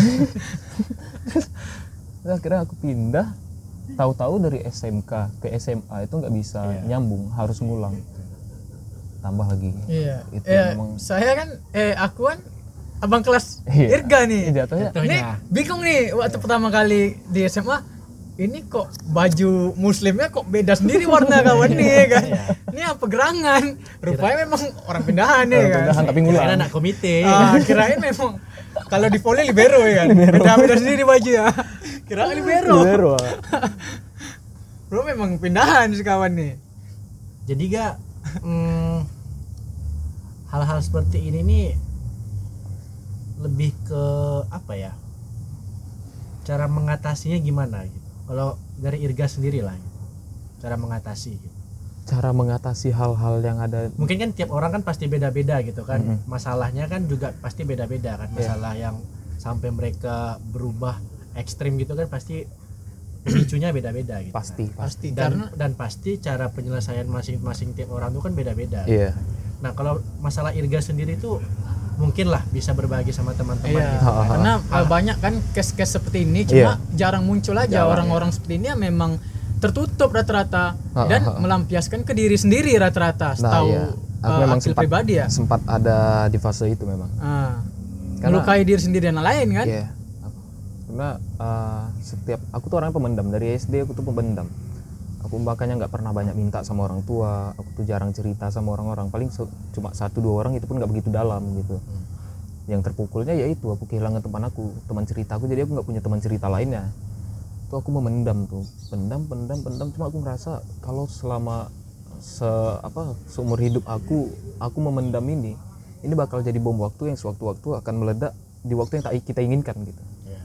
Terus akhirnya aku pindah, tahu-tahu dari S M K ke S M A itu nggak bisa yeah. nyambung, harus ngulang. Tambah lagi. Iya. Itu eh, memang saya kan eh aku kan abang kelas iya. Irga nih. Iya, jatuhnya. Nih bingung nih waktu pertama kali di S M A, ini kok baju muslimnya kok beda sendiri warna kawan nih ya kan. Ini apa gerangan? Rupanya memang orang pindahan ya kan. Pindahan tapi ngulang. Kirain anak komite. Ah, kirain memang kalau di volley libero ya kan. Beda-beda sendiri baju ya. Kirain libero. Libero. Bro memang pindahan sih kawan nih. Jadi gak hmm, hal-hal seperti ini nih lebih ke apa ya, cara mengatasinya gimana gitu. Kalau dari Irga sendiri lah gitu. Cara mengatasi gitu. Cara mengatasi hal-hal yang ada, mungkin kan tiap orang kan pasti beda-beda gitu kan. Mm-hmm. Masalahnya kan juga pasti beda-beda kan. Masalah yeah. yang sampai mereka berubah ekstrim gitu kan pasti pemicunya beda-beda gitu. Pasti, kan. pasti. Dan Karena dan pasti cara penyelesaian masing-masing tiap orang itu kan beda-beda. Iya. Kan? Nah kalau masalah Irga sendiri tuh mungkin lah bisa berbagi sama teman-teman Iya, gitu. karena Ah. banyak kan case-case seperti ini cuma Iya. jarang muncul aja Jarang, orang-orang seperti ini yang memang tertutup rata-rata Ha, dan ha, ha. melampiaskan ke diri sendiri rata-rata Nah, setahu iya. Aku uh, memang akil sempat pribadi ya. sempat ada di fase itu memang. Ah, Karena- melukai diri sendiri dan lain kan. Iya. Karena uh, setiap aku tuh orangnya pemendam dari S D, aku tuh pemendam. Aku makanya nggak pernah banyak minta sama orang tua. Aku tuh jarang cerita sama orang-orang. Paling se- cuma satu dua orang itu pun nggak begitu dalam gitu. Hmm. Yang terpukulnya yaitu aku kehilangan teman aku, teman cerita aku. Jadi aku nggak punya teman cerita lainnya. Tuh aku memendam tuh, pendam, pendam, pendam. Cuma aku ngerasa kalau selama se apa seumur hidup aku, aku memendam ini, ini bakal jadi bom waktu yang sewaktu-waktu akan meledak di waktu yang tak kita inginkan gitu. Iya.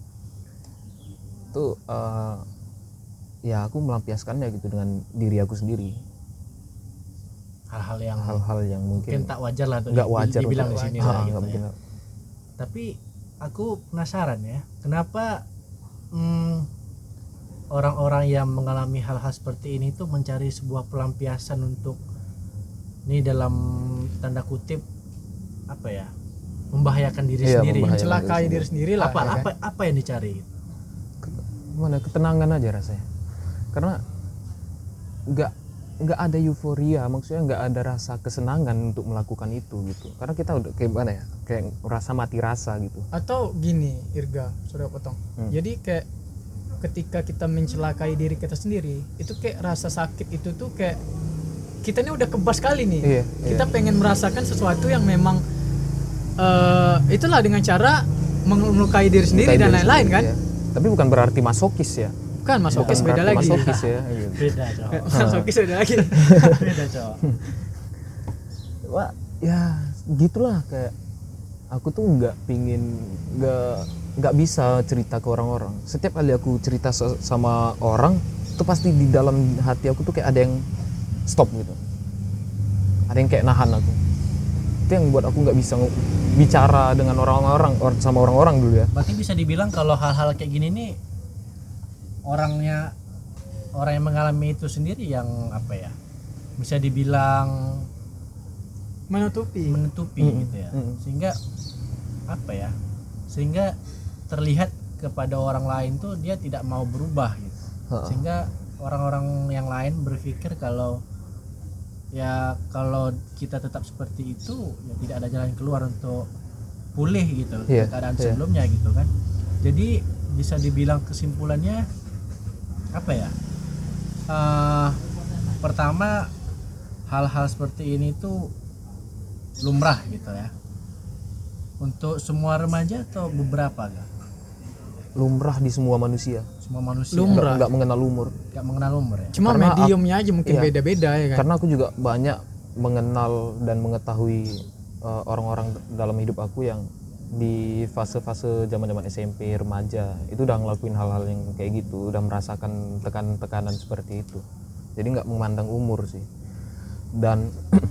Tuh uh, ya aku melampiaskannya gitu dengan diri aku sendiri, Hal-hal yang hal-hal yang mungkin mungkin tak wajar lah tuh nggak di- wajar dibilang di untuk- sini Ah, lah nggak gitu mungkin. ya. Tapi aku penasaran ya, kenapa hmm, orang-orang yang mengalami hal-hal seperti ini tuh mencari sebuah pelampiasan untuk ini dalam tanda kutip apa ya, membahayakan diri Iya, sendiri. membahayakan. Mencelakai diri diri sendiri lah. Apa ya kan? apa apa yang dicari? Gimana ketenangan aja rasanya, karena nggak nggak ada euforia, maksudnya nggak ada rasa kesenangan untuk melakukan itu gitu. Karena kita udah kayak mana ya, kayak rasa mati rasa gitu. Atau gini Irga, sorry potong. Hmm. Jadi kayak ketika kita mencelakai diri kita sendiri, itu kayak rasa sakit itu tuh kayak kita ini udah kebas kali nih. Iya, Kita pengen merasakan sesuatu yang memang eh, itulah dengan cara melukai diri sendiri Melukai dan diri lain-lain sendiri, kan. ya. Tapi bukan berarti masokis ya. Bukan masokis Bukan beda berarti lagi. Masokis ya. Gitu. Beda, cowok. Masokis beda lagi. Beda, cowok. Wah, ya gitulah, kayak aku tuh nggak pingin nggak nggak bisa cerita ke orang-orang. Setiap kali aku cerita se- sama orang tuh pasti di dalam hati aku tuh kayak ada yang stop gitu, ada yang kayak nahan aku. Itu yang buat aku nggak bisa ng- bicara dengan orang-orang or- sama orang-orang dulu ya. Berarti bisa dibilang kalau hal-hal kayak gini nih orangnya orang yang mengalami itu sendiri yang apa ya, bisa dibilang Menutupi. menutupi Mm-mm. gitu ya, Mm-mm. sehingga apa ya, sehingga terlihat kepada orang lain tuh dia tidak mau berubah gitu, Ha-ha. sehingga orang-orang yang lain berpikir kalau ya kalau kita tetap seperti itu ya tidak ada jalan keluar untuk pulih gitu Iya, ke keadaan iya. sebelumnya gitu kan. Jadi bisa dibilang kesimpulannya apa ya, Eh, pertama hal-hal seperti ini tuh lumrah gitu ya untuk semua remaja atau beberapa gak? Lumrah di semua manusia, Semua manusia Lumrah. nggak nggak mengenal umur. gak mengenal umur ya. Cuma Karena mediumnya aja mungkin iya. beda-beda ya kan. Karena aku juga banyak mengenal dan mengetahui uh, orang-orang dalam hidup aku yang di fase-fase zaman-zaman S M P, remaja itu udah ngelakuin hal-hal yang kayak gitu, udah merasakan tekan-tekanan seperti itu. Jadi nggak memandang umur sih. Dan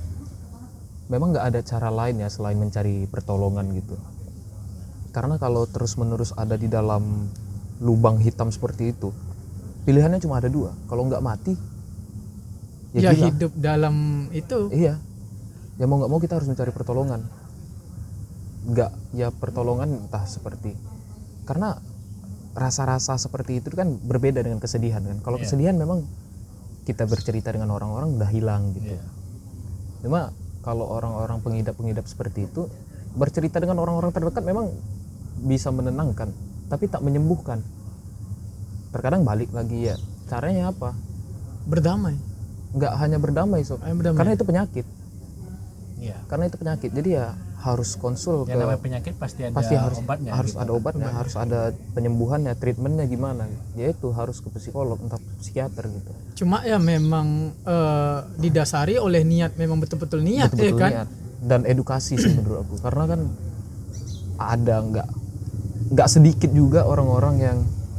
memang nggak ada cara lain ya selain mencari pertolongan gitu. Karena kalau terus-menerus ada di dalam lubang hitam seperti itu, pilihannya cuma ada dua. Kalau nggak mati, Ya, ya, gila. hidup dalam itu. Iya, ya mau nggak mau kita harus mencari pertolongan. Nggak, ya pertolongan entah seperti, karena rasa-rasa seperti itu kan berbeda dengan kesedihan kan. Kalau Iya. kesedihan memang kita bercerita dengan orang-orang udah hilang gitu. Iya. Cuma kalau orang-orang pengidap-pengidap seperti itu bercerita dengan orang-orang terdekat memang bisa menenangkan, tapi tak menyembuhkan. Terkadang balik lagi ya. Caranya apa? Berdamai. Nggak hanya berdamai sob, Eh, berdamai. karena itu penyakit. Iya. Karena itu penyakit. Jadi ya harus konsul Yang ke namanya penyakit pasti ada pasti harus obatnya. harus gitu. ada obatnya, harus ada penyembuhannya, treatmentnya gimana. Yaitu harus ke psikolog, entah psikiater gitu. Cuma ya memang eh, didasari oleh niat, memang betul-betul niat ya Betul-betul kan. niat. Dan edukasi sih menurut aku. Karena kan ada nggak nggak sedikit juga orang-orang yang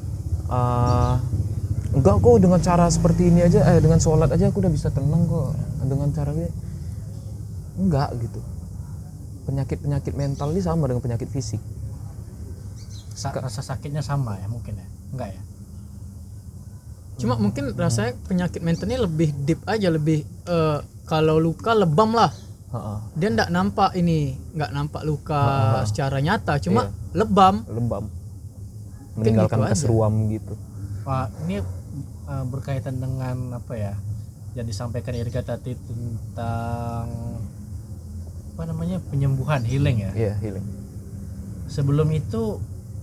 uh, enggak kok dengan cara seperti ini aja, eh dengan sholat aja aku udah bisa tenang kok dengan cara ini. Enggak gitu. Penyakit-penyakit mental ini sama dengan penyakit fisik. Sa- rasa sakitnya sama ya mungkin ya, enggak ya? Cuma mungkin rasanya penyakit mental ini lebih deep aja, lebih eh, kalau luka lebam lah. Ha-ha. Dia ndak nampak ini, nggak nampak luka Ha-ha. secara nyata, cuma Iya. lebam. Lebam. Meninggalkan gitu aja. keseruam gitu. Pak, ini uh, berkaitan dengan apa ya? Yang disampaikan Irga tadi tentang apa namanya penyembuhan, healing ya. Iya, healing. Sebelum itu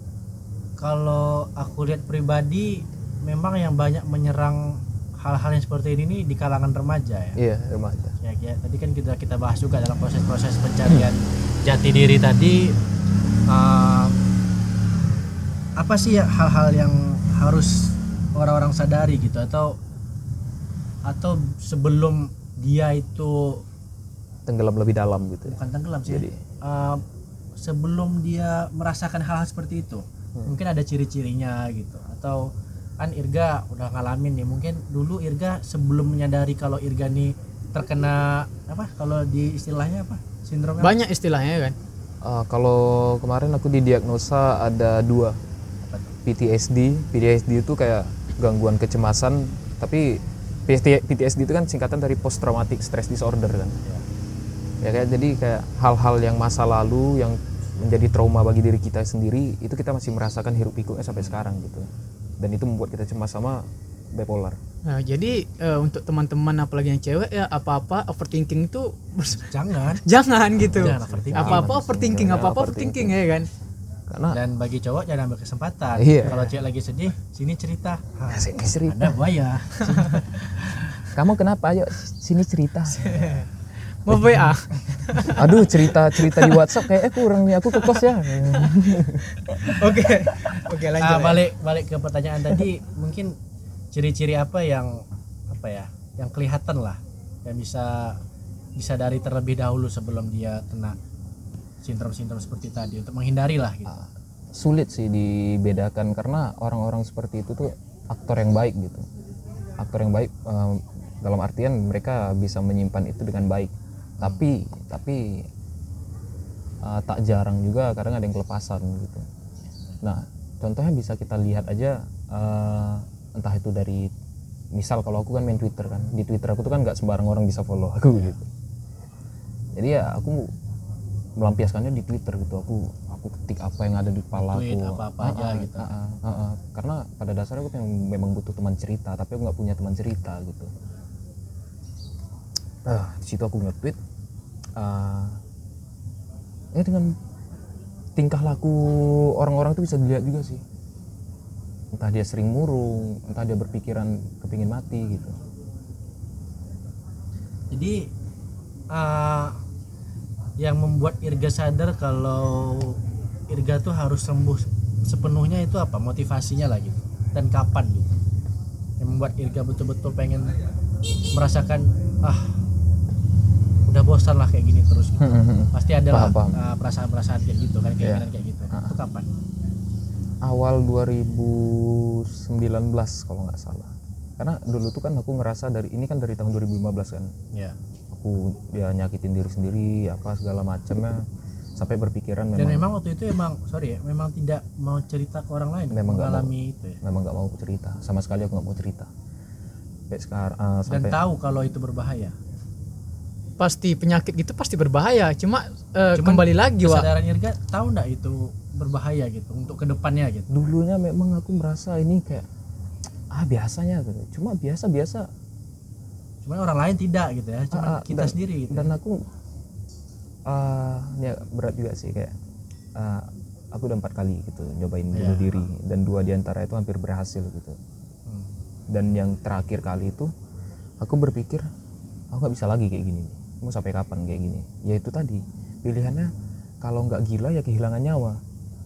kalau aku lihat pribadi memang yang banyak menyerang hal-hal yang seperti ini nih di kalangan remaja ya. Iya, remaja. Ya, ya tadi kan kita kita bahas juga dalam proses-proses pencarian jati diri tadi, uh, apa sih ya hal-hal yang harus orang-orang sadari gitu, atau atau sebelum dia itu Tenggelam lebih dalam gitu ya. bukan tenggelam sih, Jadi uh, sebelum dia merasakan hal-hal seperti itu, Hmm. mungkin ada ciri-cirinya gitu, atau kan Irga udah ngalamin nih, mungkin dulu Irga sebelum menyadari kalau Irga nih terkena apa, kalau di istilahnya apa, sindrom apa? Banyak istilahnya kan. uh, kalau kemarin aku didiagnosa ada dua Apa tuh? P T S D. P T S D itu kayak gangguan kecemasan, tapi P T S D itu kan singkatan dari post traumatic stress disorder kan. Ya. Ya kayak jadi kayak hal-hal yang masa lalu yang menjadi trauma bagi diri kita sendiri itu kita masih merasakan hiruk pikuknya sampai sekarang gitu. Dan itu membuat kita cemas sama bipolar. Nah, jadi eh, untuk teman-teman apalagi yang cewek ya, apa-apa overthinking itu Jangan. jangan gitu. Jangan overthinking. Apa-apa Jangan. overthinking, Jangan apa-apa overthinking. overthinking ya kan. Karena Dan bagi cowok jangan ambil kesempatan. Iya. Kalau cewek lagi sedih, sini cerita. Hah, sini cerita. Ada buaya. Kamu kenapa? Ayo sini cerita. Mau V A. Aduh, cerita-cerita di WhatsApp kayaknya kurang nih, aku ke kos ya. Oke. Oke, lanjut. Ah, ya. balik balik ke pertanyaan tadi, mungkin ciri-ciri apa yang apa ya, yang kelihatan lah, yang bisa disadari terlebih dahulu sebelum dia kena sindrom-sindrom seperti tadi, untuk menghindari lah gitu. Sulit sih dibedakan karena orang-orang seperti itu tuh aktor yang baik gitu. Aktor yang baik eh, dalam artian mereka bisa menyimpan itu dengan baik. Tapi tapi uh, tak jarang juga kadang ada yang kelepasan gitu. Nah, contohnya bisa kita lihat aja, uh, entah itu dari, misal kalau aku kan main Twitter kan, di Twitter aku tuh kan nggak sembarang orang bisa follow aku gitu. Jadi ya aku melampiaskannya di Twitter gitu. Aku aku ketik apa yang ada di kepala Tweet aku. apa-apa Ah, aja ah, gitu. ah, ah, ah, ah. Karena pada dasarnya aku memang, memang butuh teman cerita, tapi aku nggak punya teman cerita gitu. Ah, di situ aku nge-tweet, uh, ya dengan tingkah laku orang-orang itu bisa dilihat juga sih. Entah dia sering murung, entah dia berpikiran kepingin mati gitu. Jadi uh, yang membuat Irga sadar kalau Irga tuh harus sembuh sepenuhnya itu apa, motivasinya lah gitu, dan kapan gitu, yang membuat Irga betul-betul pengen merasakan, ah udah bosan lah kayak gini terus gitu. Pasti ada lah Paham, paham. uh, perasaan-perasaan kayak gitu kan, keinginan kayak gitu. Itu kapan? Awal dua ribu sembilan belas kalau nggak salah. Karena dulu tuh kan aku ngerasa dari ini kan dari tahun dua ribu lima belas kan. Ya. Aku ya nyakitin diri sendiri apa segala macamnya sampai berpikiran memang, Dan memang waktu itu emang sorry ya, memang tidak mau cerita ke orang lain, Memang nggak mengalami itu ya. memang nggak mau cerita sama sekali, aku nggak mau cerita. Sampai sekarang uh, Dan sampai tahu kalau itu berbahaya. Pasti penyakit gitu pasti berbahaya. Cuma eh, Cuman kembali lagi, Wak. kesadaran Irga tahu nggak itu berbahaya gitu untuk kedepannya gitu. dulunya memang aku merasa ini kayak ah biasanya gitu. Cuma biasa-biasa. Cuman orang lain tidak gitu ya, cuman Ah, ah, kita dan- sendiri gitu. Dan aku uh, ya berat juga sih kayak uh, aku udah empat kali gitu nyobain bunuh Iya. diri dan dua diantara itu hampir berhasil gitu. Hmm. Dan yang terakhir kali itu aku berpikir aku nggak bisa lagi kayak gini nih. Mau sampai kapan kayak gini? Ya itu tadi pilihannya, kalau nggak gila ya kehilangan nyawa.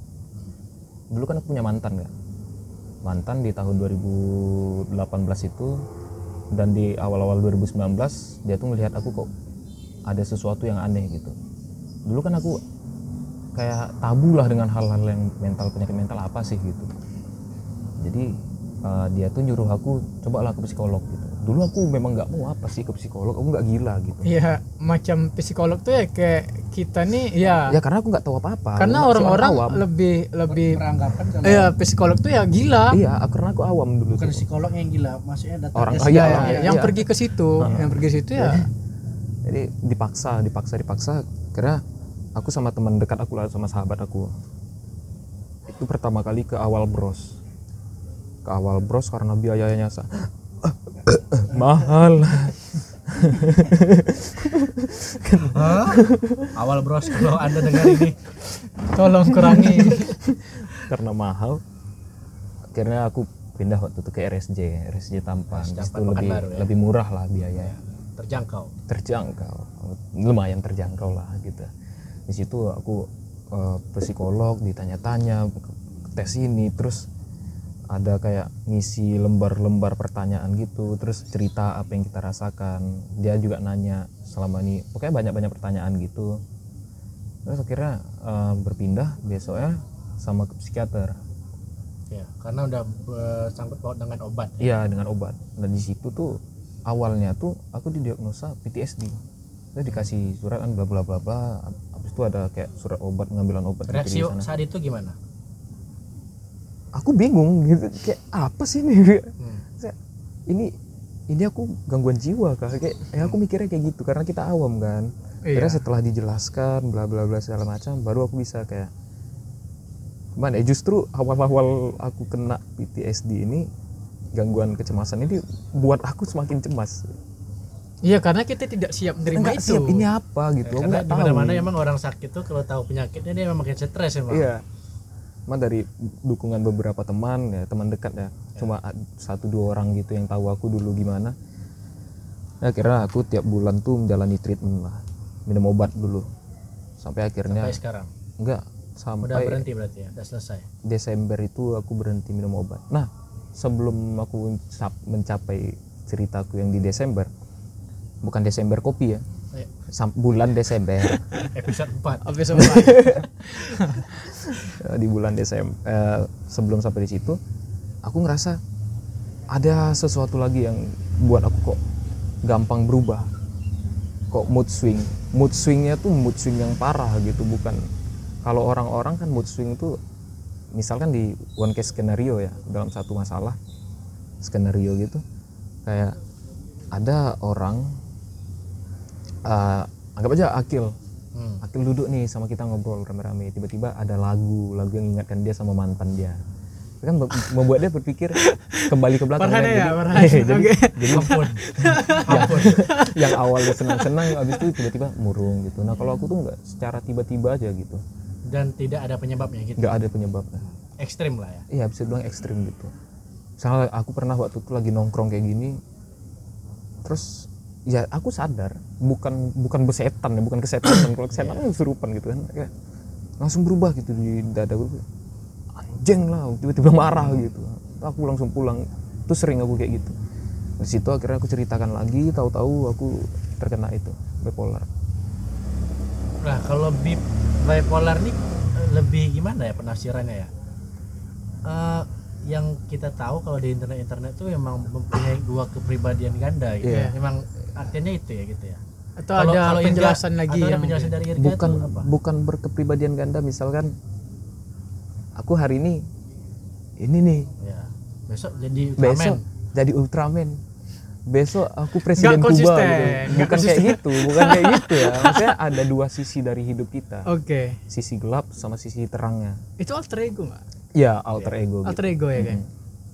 Dulu kan aku punya mantan kan, mantan di tahun dua ribu delapan belas itu, dan di awal-awal dua ribu sembilan belas dia tuh melihat aku kok ada sesuatu yang aneh gitu. Dulu kan aku kayak tabu lah dengan hal-hal yang mental, penyakit mental apa sih gitu. Jadi uh, dia tuh nyuruh aku cobalah ke psikolog gitu. Dulu aku memang nggak mau, apa sih ke psikolog, aku nggak gila gitu. Iya, macam psikolog tuh ya kayak kita nih ya. Ya karena aku nggak tahu apa-apa. Karena Aku masih orang-orang awam. lebih lebih Beranggapan kalau Iya, psikolog tuh ya gila. Iya, karena aku awam dulu. bukan tuh. psikolog yang gila, maksudnya datang Orang- ke oh, iya, Ya, orang- yang iya. pergi ke situ, yang pergi ke situ ya. Jadi dipaksa, dipaksa, dipaksa. Karena aku sama teman dekat aku lah, sama sahabat aku. Itu pertama kali ke awal bros. Ke awal bros karena biayanya sa- mahal. Hah? Awal bros, kalau Anda dengar ini Tolong kurangi. Karena mahal. Akhirnya aku pindah waktu itu ke R S J, R S J Tampan. R S J Di situ Tampan, lebih Pekanbaru ya? lebih murah lah biayanya. terjangkau. Terjangkau, lumayan terjangkau lah gitu. Di situ aku uh, psikolog, ditanya-tanya, tes ini, terus ada kayak ngisi lembar-lembar pertanyaan gitu, terus cerita apa yang kita rasakan. Dia juga nanya selama ini, pokoknya banyak-banyak pertanyaan gitu. Terus akhirnya uh, berpindah besoknya sama ke psikiater. Ya, karena udah uh, sangkut paut dengan obat. Iya, dengan obat. Dan di situ tuh awalnya tuh aku didiagnosa P T S D. Saya dikasih surat kan bla bla bla bla. Habis itu ada kayak surat obat, pengambilan obat Reaksi gitu di sana. saat itu gimana? Aku bingung gitu, kayak apa sih ini? Hmm. Saya, ini ini aku gangguan jiwa kah? Kayak ya aku mikirnya kayak gitu karena kita awam kan. Iya. Kira setelah dijelaskan bla bla bla segala macam baru aku bisa kayak mana ya, justru awal-awal aku kena P T S D ini, gangguan kecemasan ini buat aku semakin cemas. Iya, karena kita tidak siap menerima Nggak itu. siap ini apa gitu, Ya, aku karena nggak di tahu. mana-mana emang orang sakit tuh kalau tahu penyakitnya dia memang makin stres emang. Iya. Cuma dari dukungan beberapa teman ya, teman dekat ya, cuma satu dua orang gitu yang tahu aku dulu gimana. Ya, akhirnya aku tiap bulan tuh menjalani treatment lah, minum obat dulu, sampai akhirnya Sampai sekarang. enggak Udah sampai berhenti berarti ya, udah selesai. Desember itu aku berhenti minum obat. Nah, sebelum aku mencapai ceritaku yang di Desember, bukan Desember kopi ya, Ayo, sam- bulan Desember. episode empat. Apa semua? Di bulan Desember eh, sebelum sampai di situ aku ngerasa ada sesuatu lagi yang buat aku kok gampang berubah, kok mood swing mood swingnya tuh mood swing yang parah gitu. Bukan kalau orang-orang kan mood swing tuh misalkan di one case skenario ya, dalam satu masalah skenario gitu, kayak ada orang uh, anggap aja Akil Hmm. Akil duduk nih sama kita ngobrol rame-rame, tiba-tiba ada lagu lagu yang mengingatkan dia sama mantan dia. Itu kan membuat dia berpikir kembali ke belakang. Farhan kan? ya, Jadi- Farhan. jadi, Oke. jadi Ampun. Ampun. yang awalnya senang-senang habis itu tiba-tiba murung gitu. Nah kalau aku tuh nggak secara tiba-tiba aja gitu, Dan tidak ada penyebabnya gitu. nggak ada penyebabnya. Ekstrim lah ya. Iya bisa bilang ekstrim gitu. Misalnya aku pernah waktu itu lagi nongkrong kayak gini, terus ya aku sadar bukan bukan besetan ya, bukan kesetanan. Kalau kesetan kan kesurupan gitu kan, kayak langsung berubah gitu di dada gue, anjing lah, tiba-tiba marah gitu. Aku langsung pulang. Itu sering aku kayak gitu. Di situ akhirnya aku ceritakan lagi, tahu-tahu aku terkena itu bipolar. Nah, kalau bi- bipolar nih eh, lebih gimana ya penafsirannya ya? Eh, yang kita tahu kalau di internet-internet tuh memang mempunyai dua kepribadian ganda gitu. Iya. Memang artinya itu ya gitu ya. Atau Kalau- ada kalau Irga- penjelasan lagi atau ada yang penjelasan dari Irga Bukan itu apa? bukan berkepribadian ganda. Misalkan aku hari ini ini nih, Ya. Besok jadi Ultraman. besok jadi Ultraman, besok aku presiden Nggak Kuba konsisten, gitu. nggak Bukan kayak gitu, bukan kayak gitu ya. Maksudnya ada dua sisi dari hidup kita, Oke. sisi gelap sama sisi terangnya. Itu alter ego nggak? Ya alter ego. Alter Gitu. ego ya kan?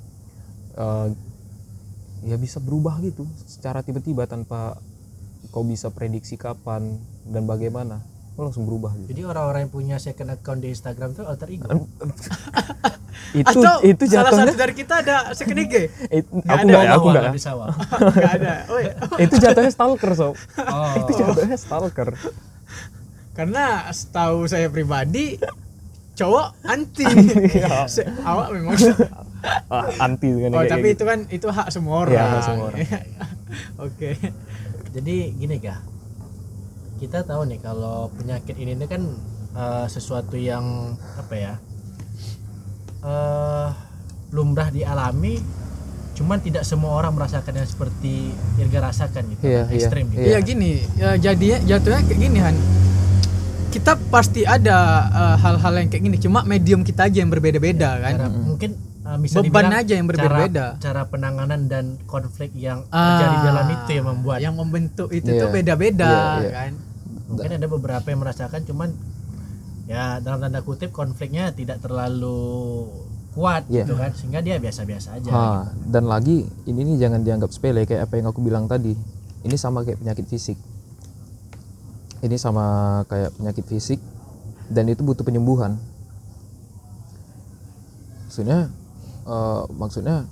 Eh, ya bisa berubah gitu, secara tiba-tiba tanpa kau bisa prediksi kapan dan bagaimana, kau langsung berubah gitu. Jadi orang-orang yang punya second account di Instagram tuh alter ego. Itu Atau itu salah jatuhnya. satu dari kita ada second ego? It- Nggak aku ada. nggak ya, aku nggak ya. di sawah. Nggak ada. Oh, iya. Itu jatuhnya stalker sob. Oh. Itu jatuhnya stalker. Karena setahu saya pribadi cowok anti. Se- Awak memang. Ah, anti dengan Oh, kayak tapi gitu. itu kan itu hak semua orang. Iya, hak semua orang. Oke. Jadi gini kah? Kita tahu nih kalau penyakit ini nih kan eh, sesuatu yang apa ya? eh lumrah dialami, cuman tidak semua orang merasakan yang seperti Irga rasakan gitu. Iya, iya, Ekstrim gitu. Iya gini, ya jadinya jatuhnya kayak gini Han. Kita pasti ada eh, hal-hal yang kayak gini, cuma medium kita aja yang berbeda-beda kan. Cara- mungkin uh, bisa beban dibilang aja yang berbeda-beda. Cara, cara penanganan dan konflik yang Ah, terjadi dalam itu yang membuat. yang membentuk itu Iya. tuh beda-beda Iya, iya. kan. Mungkin ada beberapa yang merasakan, cuman ya dalam tanda kutip konfliknya tidak terlalu kuat Iya. gitu kan, sehingga dia biasa-biasa aja. Ha, dan lagi ini nih jangan dianggap sepele kayak apa yang aku bilang tadi. Ini sama kayak penyakit fisik. Ini sama kayak penyakit fisik dan itu butuh penyembuhan. Maksudnya eh, maksudnya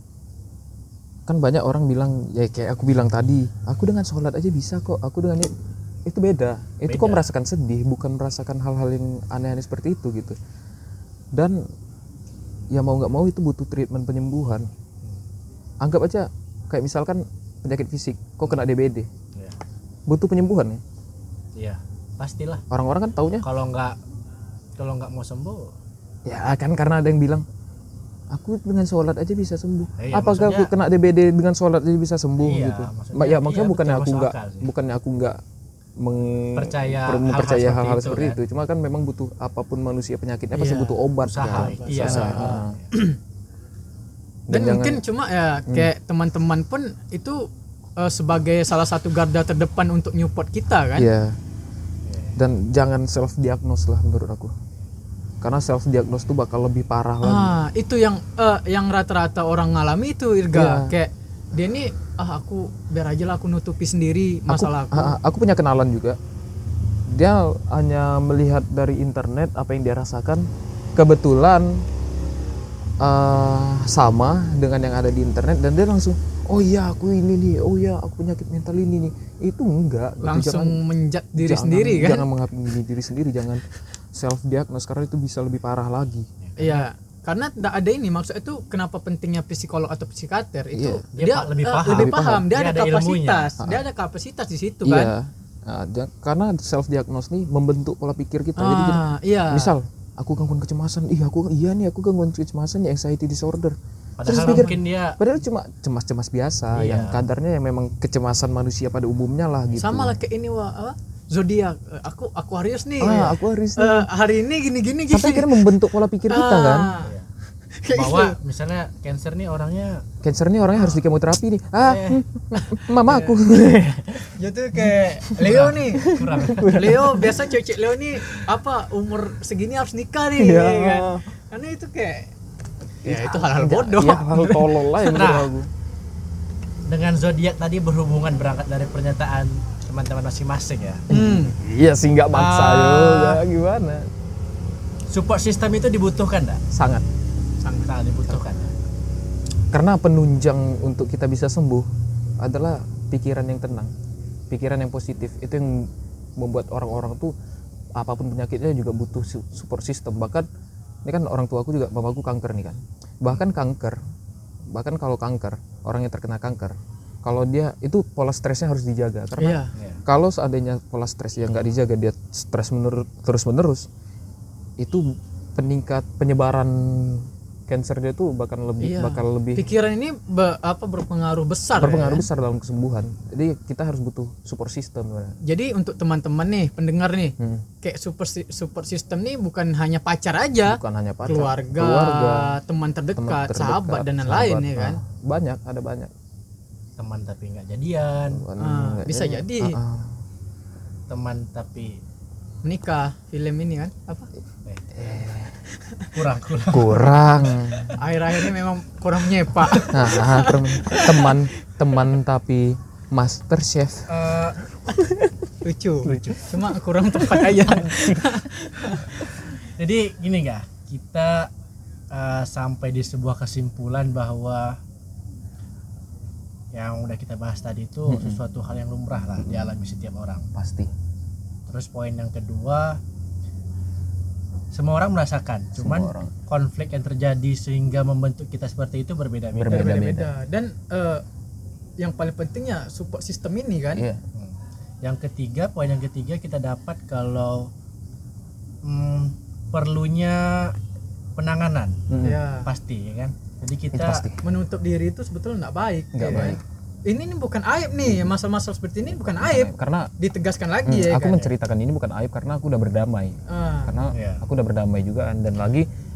kan banyak orang bilang ya kayak aku bilang tadi, aku dengan sholat aja bisa kok, aku dengan ini itu beda. Itu kok Beda. merasakan sedih, bukan merasakan hal-hal yang aneh-aneh seperti itu gitu. Dan ya mau nggak mau itu butuh treatment penyembuhan. Anggap aja kayak misalkan penyakit fisik, kok kena D B D, Iya. butuh penyembuhan ya. Iya, pastilah. Orang-orang kan taunya Kalau nggak kalau nggak mau sembuh, ya kan karena ada yang bilang aku dengan sholat aja bisa sembuh. Iya, Apakah aku maksudnya- kena D B D dengan sholat aja bisa sembuh Iya, gitu? maksudnya- Ma- ya maksudnya iya, bukannya betul, aku masuk nggak akal sih. bukannya aku nggak meng- Percaya per- hal-hal mempercaya seperti hal-hal itu, seperti kan? itu. Cuma kan memang butuh apapun manusia penyakitnya pasti Iya, butuh obat usaha. kan. Iya. Usaha. Usaha. Dan jangan- mungkin cuma ya kayak teman-teman pun itu eh, sebagai salah satu garda terdepan untuk nyupport kita kan. Iya. Dan jangan self diagnose lah menurut aku. Karena self diagnose tuh bakal lebih parah lagi. Ah, itu yang eh, yang rata-rata orang ngalami itu Irga. Iya. Kayak dia ini ah aku biar aja lah aku nutupi sendiri Aku, masalahku. ah, ah, aku punya kenalan juga. Dia hanya melihat dari internet apa yang dia rasakan. Kebetulan eh, sama dengan yang ada di internet dan dia langsung, oh iya aku ini nih, oh iya aku penyakit mental ini nih. Itu enggak. gitu. Langsung Jangan- menjat diri jangan- sendiri kan. Jangan menghakimi diri sendiri, jangan self diagnose karena itu bisa lebih parah lagi. Iya, karena tidak ada ini maksud itu kenapa pentingnya psikolog atau psikiater itu Iya. Dia dia, pa- lebih eh, paham. lebih Lebih paham, paham. dia, Dia ada, ada ilmunya. kapasitas, dia ada kapasitas di situ kan. Iya. Nah, ja- karena self diagnose nih membentuk pola pikir kita. Jadi kita, Ah, iya. misal aku gangguan kecemasan, ih aku iya nih aku gangguan kecemasan ya anxiety disorder. Terus padahal pikir, mungkin dia padahal cuma cemas-cemas biasa Iya. yang kadarnya yang memang kecemasan manusia pada umumnya lah gitu. Sama lah kayak ini wah apa? Zodiak. Eh, Aku Aquarius nih. Ah, aku harus Eh, hari ini gini-gini gini. sampai akhirnya membentuk pola pikir kita kan. Ah, kayak bahwa gitu. misalnya cancer nih orangnya Cancer nih orangnya harus di kemoterapi nih. Ah, Eh. hmm, mama aku. Jatuh kayak Leo nih. kurang. Leo biasa cewek-cewek Leo nih apa umur segini harus nikah nih Iya. ya kan. Karena itu kayak ya itu hal-hal bodoh. Iya, hal tolol lah yang menurut Nah. aku. Dengan zodiak tadi berhubungan berangkat dari pernyataan teman-teman masing-masing ya. Hmm. Iya sih nggak maksa Ah. juga gimana. Support system itu dibutuhkan enggak? Sangat. Sangat sangat dibutuhkan. Ya? Karena penunjang untuk kita bisa sembuh adalah pikiran yang tenang, pikiran yang positif. Itu yang membuat orang-orang tuh apapun penyakitnya juga butuh su- support system. Bahkan ini kan orang tuaku juga, bapakku kanker nih kan. Bahkan kanker, bahkan kalau kanker, orang yang terkena kanker, kalau dia itu pola stresnya harus dijaga. Karena Iya. kalau seandainya pola stres yang nggak dijaga, dia stres menurut terus menerus, itu peningkat penyebaran cancer dia tuh bakal lebih Iya. bakal lebih Pikiran ini be- apa berpengaruh besar. berpengaruh ya. besar dalam kesembuhan. Jadi kita harus butuh support system. Jadi untuk teman-teman nih, pendengar nih, Hmm. kayak super si- support system nih bukan hanya pacar aja, Bukan hanya pacar, keluarga, keluarga, teman terdekat, teman terdekat, sahabat dan sahabat. lain-lain ya kan. Ah, banyak, ada banyak. Teman tapi nggak jadian, Bukan Ah, nggak bisa jadi. Ah, ah. teman tapi Menikah, film ini kan apa? eh, kurang kurang. Kurang. Akhir-akhir ini memang kurang menyepak. Nah, tem- teman teman tapi master chef. Eh, Lucu. Cuma kurang tepat aja. jadi gini nggak, kita eh, sampai di sebuah kesimpulan bahwa yang udah kita bahas tadi itu sesuatu hal yang lumrah lah dialami setiap orang. Pasti. Terus poin yang kedua, semua orang merasakan, cuman orang. konflik yang terjadi sehingga membentuk kita seperti itu berbeda-beda. Berbeda. Berbeda-beda. Dan eh, yang paling pentingnya support system ini kan. Iya. Hmm. Yang ketiga, poin yang ketiga kita dapat kalau hmm, perlunya penanganan Hmm. Ya. pasti ya kan. Jadi Itu kita pasti. Menutup diri itu sebetulnya nggak baik. Nggak ya kan? baik. Ini, ini bukan aib nih, masalah-masalah seperti ini bukan aib. Karena Ditegaskan hmm, lagi ya aku kan. menceritakan ini bukan aib karena aku udah berdamai. Ah. Karena Iya. aku udah berdamai juga kan. Dan lagi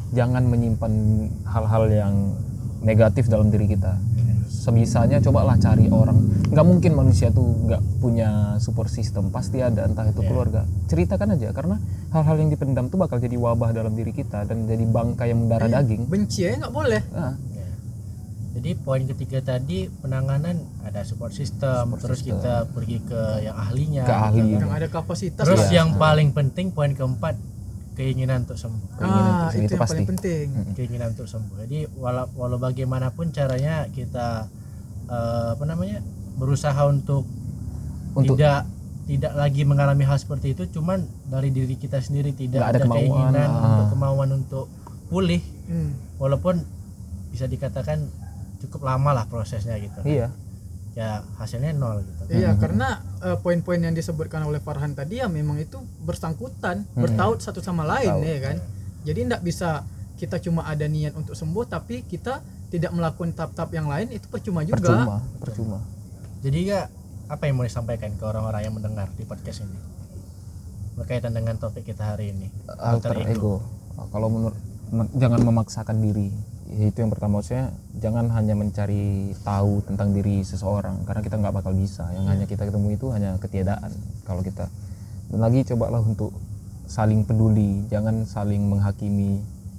jangan menyimpan hal-hal yang negatif dalam diri kita. Sebisanya cobalah cari orang. Nggak mungkin manusia tuh nggak punya support system, pasti ada, entah itu keluarga. Ceritakan aja, karena hal-hal yang dipendam tuh bakal jadi wabah dalam diri kita dan jadi bangkai yang mendarah daging. Benci aja nggak boleh. Nah, Jadi poin ketiga tadi penanganan ada support system, Support terus system. kita pergi ke yang ahlinya. Ke ahli. gitu kan. Yang ada kapasitas. Terus lah. yang paling penting poin keempat, keinginan untuk sembuh. keinginan ah, itu- itu, itu yang pasti. paling penting. Keinginan untuk sembuh. Jadi walau, walau bagaimanapun caranya kita eh, apa namanya berusaha untuk, Untuk- tidak tidak lagi mengalami hal seperti itu, cuman dari diri kita sendiri tidak Nggak ada ada, kemauan, keinginan ah. untuk kemauan untuk pulih, Hmm. walaupun bisa dikatakan cukup lama lah prosesnya gitu. kan. Iya. Ya hasilnya nol gitu. Iya, karena eh, poin-poin yang disebutkan oleh Farhan tadi ya memang itu bersangkutan, bertaut satu sama lain Bertaut. ya kan. Jadi tidak bisa kita cuma ada niat untuk sembuh tapi kita tidak melakukan tahap-tahap yang lain, itu percuma juga. Percuma, percuma. Jadi ya apa yang mau disampaikan ke orang-orang yang mendengar di podcast ini berkaitan dengan topik kita hari ini? Alter ego. Kalau menurut me- jangan memaksakan diri. Itu yang pertama, maksudnya jangan hanya mencari tahu tentang diri seseorang karena kita nggak bakal bisa. Yang hanya kita ketemu itu hanya ketiadaan kalau kita. Dan lagi cobalah untuk saling peduli, jangan saling menghakimi.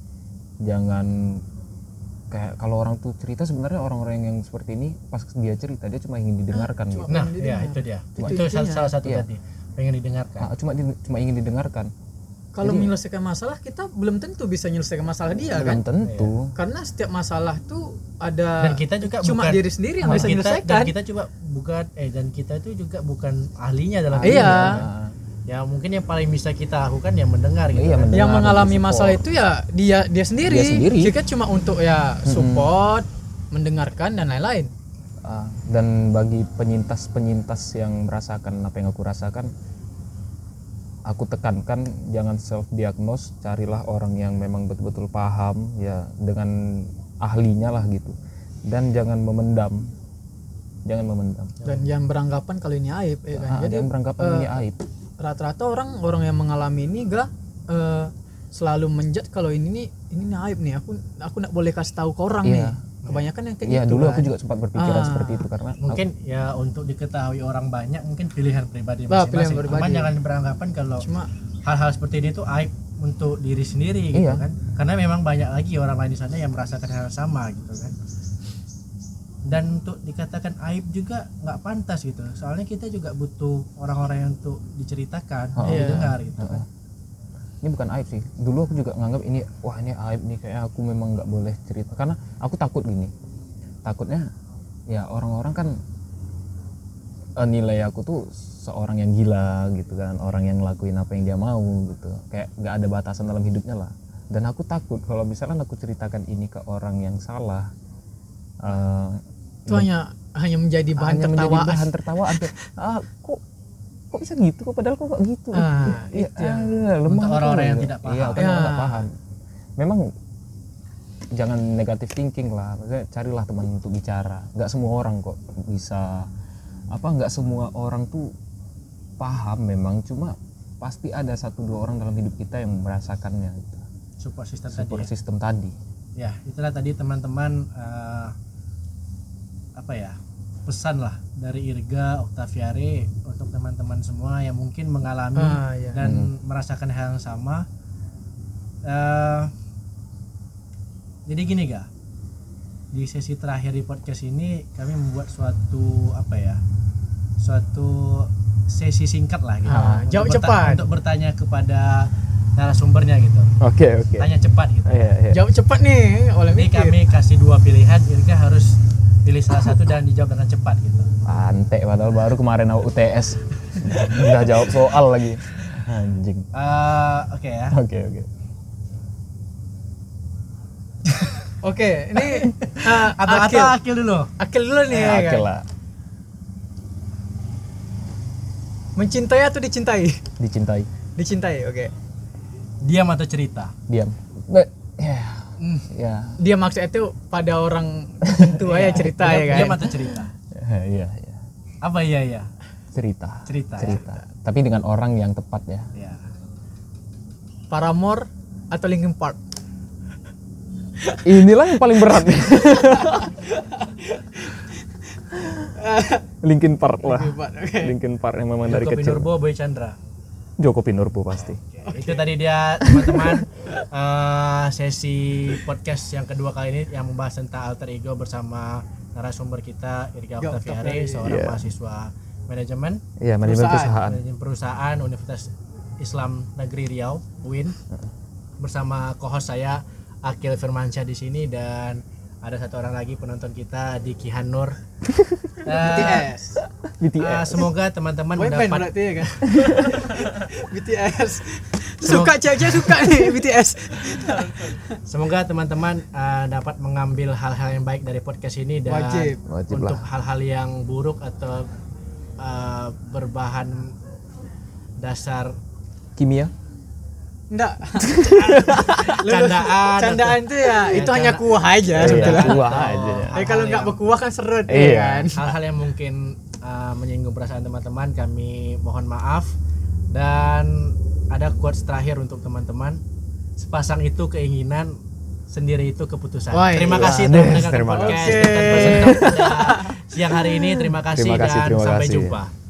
Jangan kayak kalau orang tuh cerita, sebenarnya orang-orang yang seperti ini pas dia cerita dia cuma ingin didengarkan gitu. Nah, pengen ya didengar. itu dia. Itu Itu, salah, intinya. salah satu Iya. tadi, pengen didengarkan. Ah, cuma di- cuma ingin didengarkan. Kalau Jadi- menyelesaikan masalah kita belum tentu bisa menyelesaikan masalah dia Belum kan. tentu. Karena setiap masalah tuh ada Dan kita juga cuma bukan diri sendiri yang dan bisa kita, menyelesaikan. Dan kita coba bukan eh dan kita itu juga bukan ahlinya dalam Iya. ini, kan. Nah, Ya mungkin yang paling bisa kita lakukan ya mendengar gitu. Iya, kan. mendengar. Yang Dengan mengalami support. masalah itu ya dia dia sendiri. Dia sendiri. Kita cuma untuk ya support, mendengarkan dan lain-lain. Ah, dan bagi penyintas-penyintas yang merasakan apa yang aku rasakan, aku tekankan jangan self diagnose, carilah orang yang memang betul-betul paham ya dengan ahlinya lah gitu. Dan jangan memendam. Jangan memendam. Dan yang beranggapan kalau ini aib ya kan. Ah, Jadi jangan beranggapan eh, ini aib. rata-rata orang orang yang mengalami ini gak eh, selalu menjudge kalau ini nih ini nih aib nih, aku aku nak boleh kasih tahu ke orang Iya. nih. Kebanyakan yang kayak Iya, gitu dulu kan. aku juga sempat berpikiran Ah. seperti itu karena Mungkin ya untuk diketahui orang banyak, mungkin pilihan pribadi Bah, pilihan masing-masing. pribadi. Cuman jangan beranggapan kalau Cuma hal-hal seperti ini tuh aib untuk diri sendiri gitu Iya. kan. Karena memang banyak lagi orang lain di sana yang merasakan hal yang sama gitu kan. Dan untuk dikatakan aib juga nggak pantas gitu. Soalnya kita juga butuh orang-orang yang untuk diceritakan, Oh, yang iya. didengar gitu kan. Heeh. Ini bukan aib sih. Dulu aku juga nganggap ini wah ini aib nih, kayak aku memang nggak boleh cerita karena aku takut gini. Takutnya ya orang-orang kan eh, nilai aku tuh seorang yang gila gitu kan, orang yang ngelakuin apa yang dia mau gitu. Kayak nggak ada batasan dalam hidupnya lah. Dan aku takut kalau misalkan aku ceritakan ini ke orang yang salah, eh, itu hanya hanya menjadi bahan hanya menjadi tertawaan. bahan tertawaan kayak, ah kok kok bisa gitu kok padahal kok gak gitu. Ah, Iya, itu ya. ah, lemah Untuk kok. orang-orang yang tidak Iya, paham. kan orang Ya. nggak paham. Memang jangan negatif thinking lah. Maksudnya carilah teman untuk bicara. Nggak semua orang kok bisa apa nggak semua orang tuh paham memang, cuma pasti ada satu dua orang dalam hidup kita yang merasakannya gitu. Support system Support tadi. Ya. system tadi. Ya, itulah tadi teman-teman eh, apa ya? Pesan lah dari Irga Octaviare untuk teman-teman semua yang mungkin mengalami Ah, iya. dan merasakan hal yang sama. Eh, jadi gini ga, di sesi terakhir di podcast ini kami membuat suatu apa ya, suatu sesi singkat lah gitu. Ah, Untuk jawab berta- cepat. Untuk bertanya kepada narasumbernya gitu. Oke oke. Tanya cepat gitu. Iya iya. Jawab cepat nih, oleh Ini mikir. kami kasih dua pilihan, Irga harus pilih salah satu dan dijawab dengan cepat gitu. Antek padahal baru kemarin aku U T S. Udah jawab soal lagi. Anjing. Eh, Oke ya. Oke oke. Oke, ini uh, Atau akil. atau akil dulu. Akil dulu nih ya Oke kan. lah. Mencintai atau dicintai? Dicintai. Dicintai, oke. Diam atau cerita? Diam. Nggak, ya. Hmm. Ya. Dia maksudnya itu pada orang tertentu aja cerita diam, ya kan. Diam atau cerita? Iya iya. Apa iya iya? Cerita. Cerita. Cerita. Tapi dengan orang yang tepat ya. Ya. Paramore atau Linkin Park? Inilah yang paling berat. Linkin Park lah. Linkin Park, oke. Linkin Park yang memang dari Joko kecil. Pinurbo, Boy Chandra. Joko Pinurbo pasti. Itu tadi dia teman-teman eh, sesi podcast yang kedua kali ini yang membahas tentang alter ego bersama narasumber kita Irga Irga Octaviari, Octaviari. seorang Iya. mahasiswa manajemen Iya, manajemen Perusahaan. perusahaan. manajemen perusahaan Universitas Islam Negeri Riau U I N, bersama co-host saya Akil Firmansyah di sini, dan ada satu orang lagi penonton kita di Kihan Nur. B T Eh, S. B T eh, S. semoga teman-teman Boyband mendapat berarti ya kan. B T S. Suka cewek-cewek suka nih B T S. semoga teman-teman eh, dapat mengambil hal-hal yang baik dari podcast ini, dan Wajib. Wajib untuk lah. hal-hal yang buruk atau eh, berbahan dasar Kimia. Enggak. candaan Candaan tuh ya itu Ya, hanya canda- kuah aja Iya, sebetulnya. kuah aja. Hal-hal Eh kalau nggak yang- berkuah kan seret Iya. ya kan. hal-hal yang mungkin uh, menyinggung perasaan teman-teman, kami mohon maaf. Dan ada quotes terakhir untuk teman-teman, sepasang itu keinginan, sendiri itu keputusan. Wah, Terima iya. kasih Wah, telah des, mendengarkan terima podcast kasih. Captain Person Talk pada siang hari ini. Terima kasih, Terima kasih, dan terima sampai kasih. jumpa.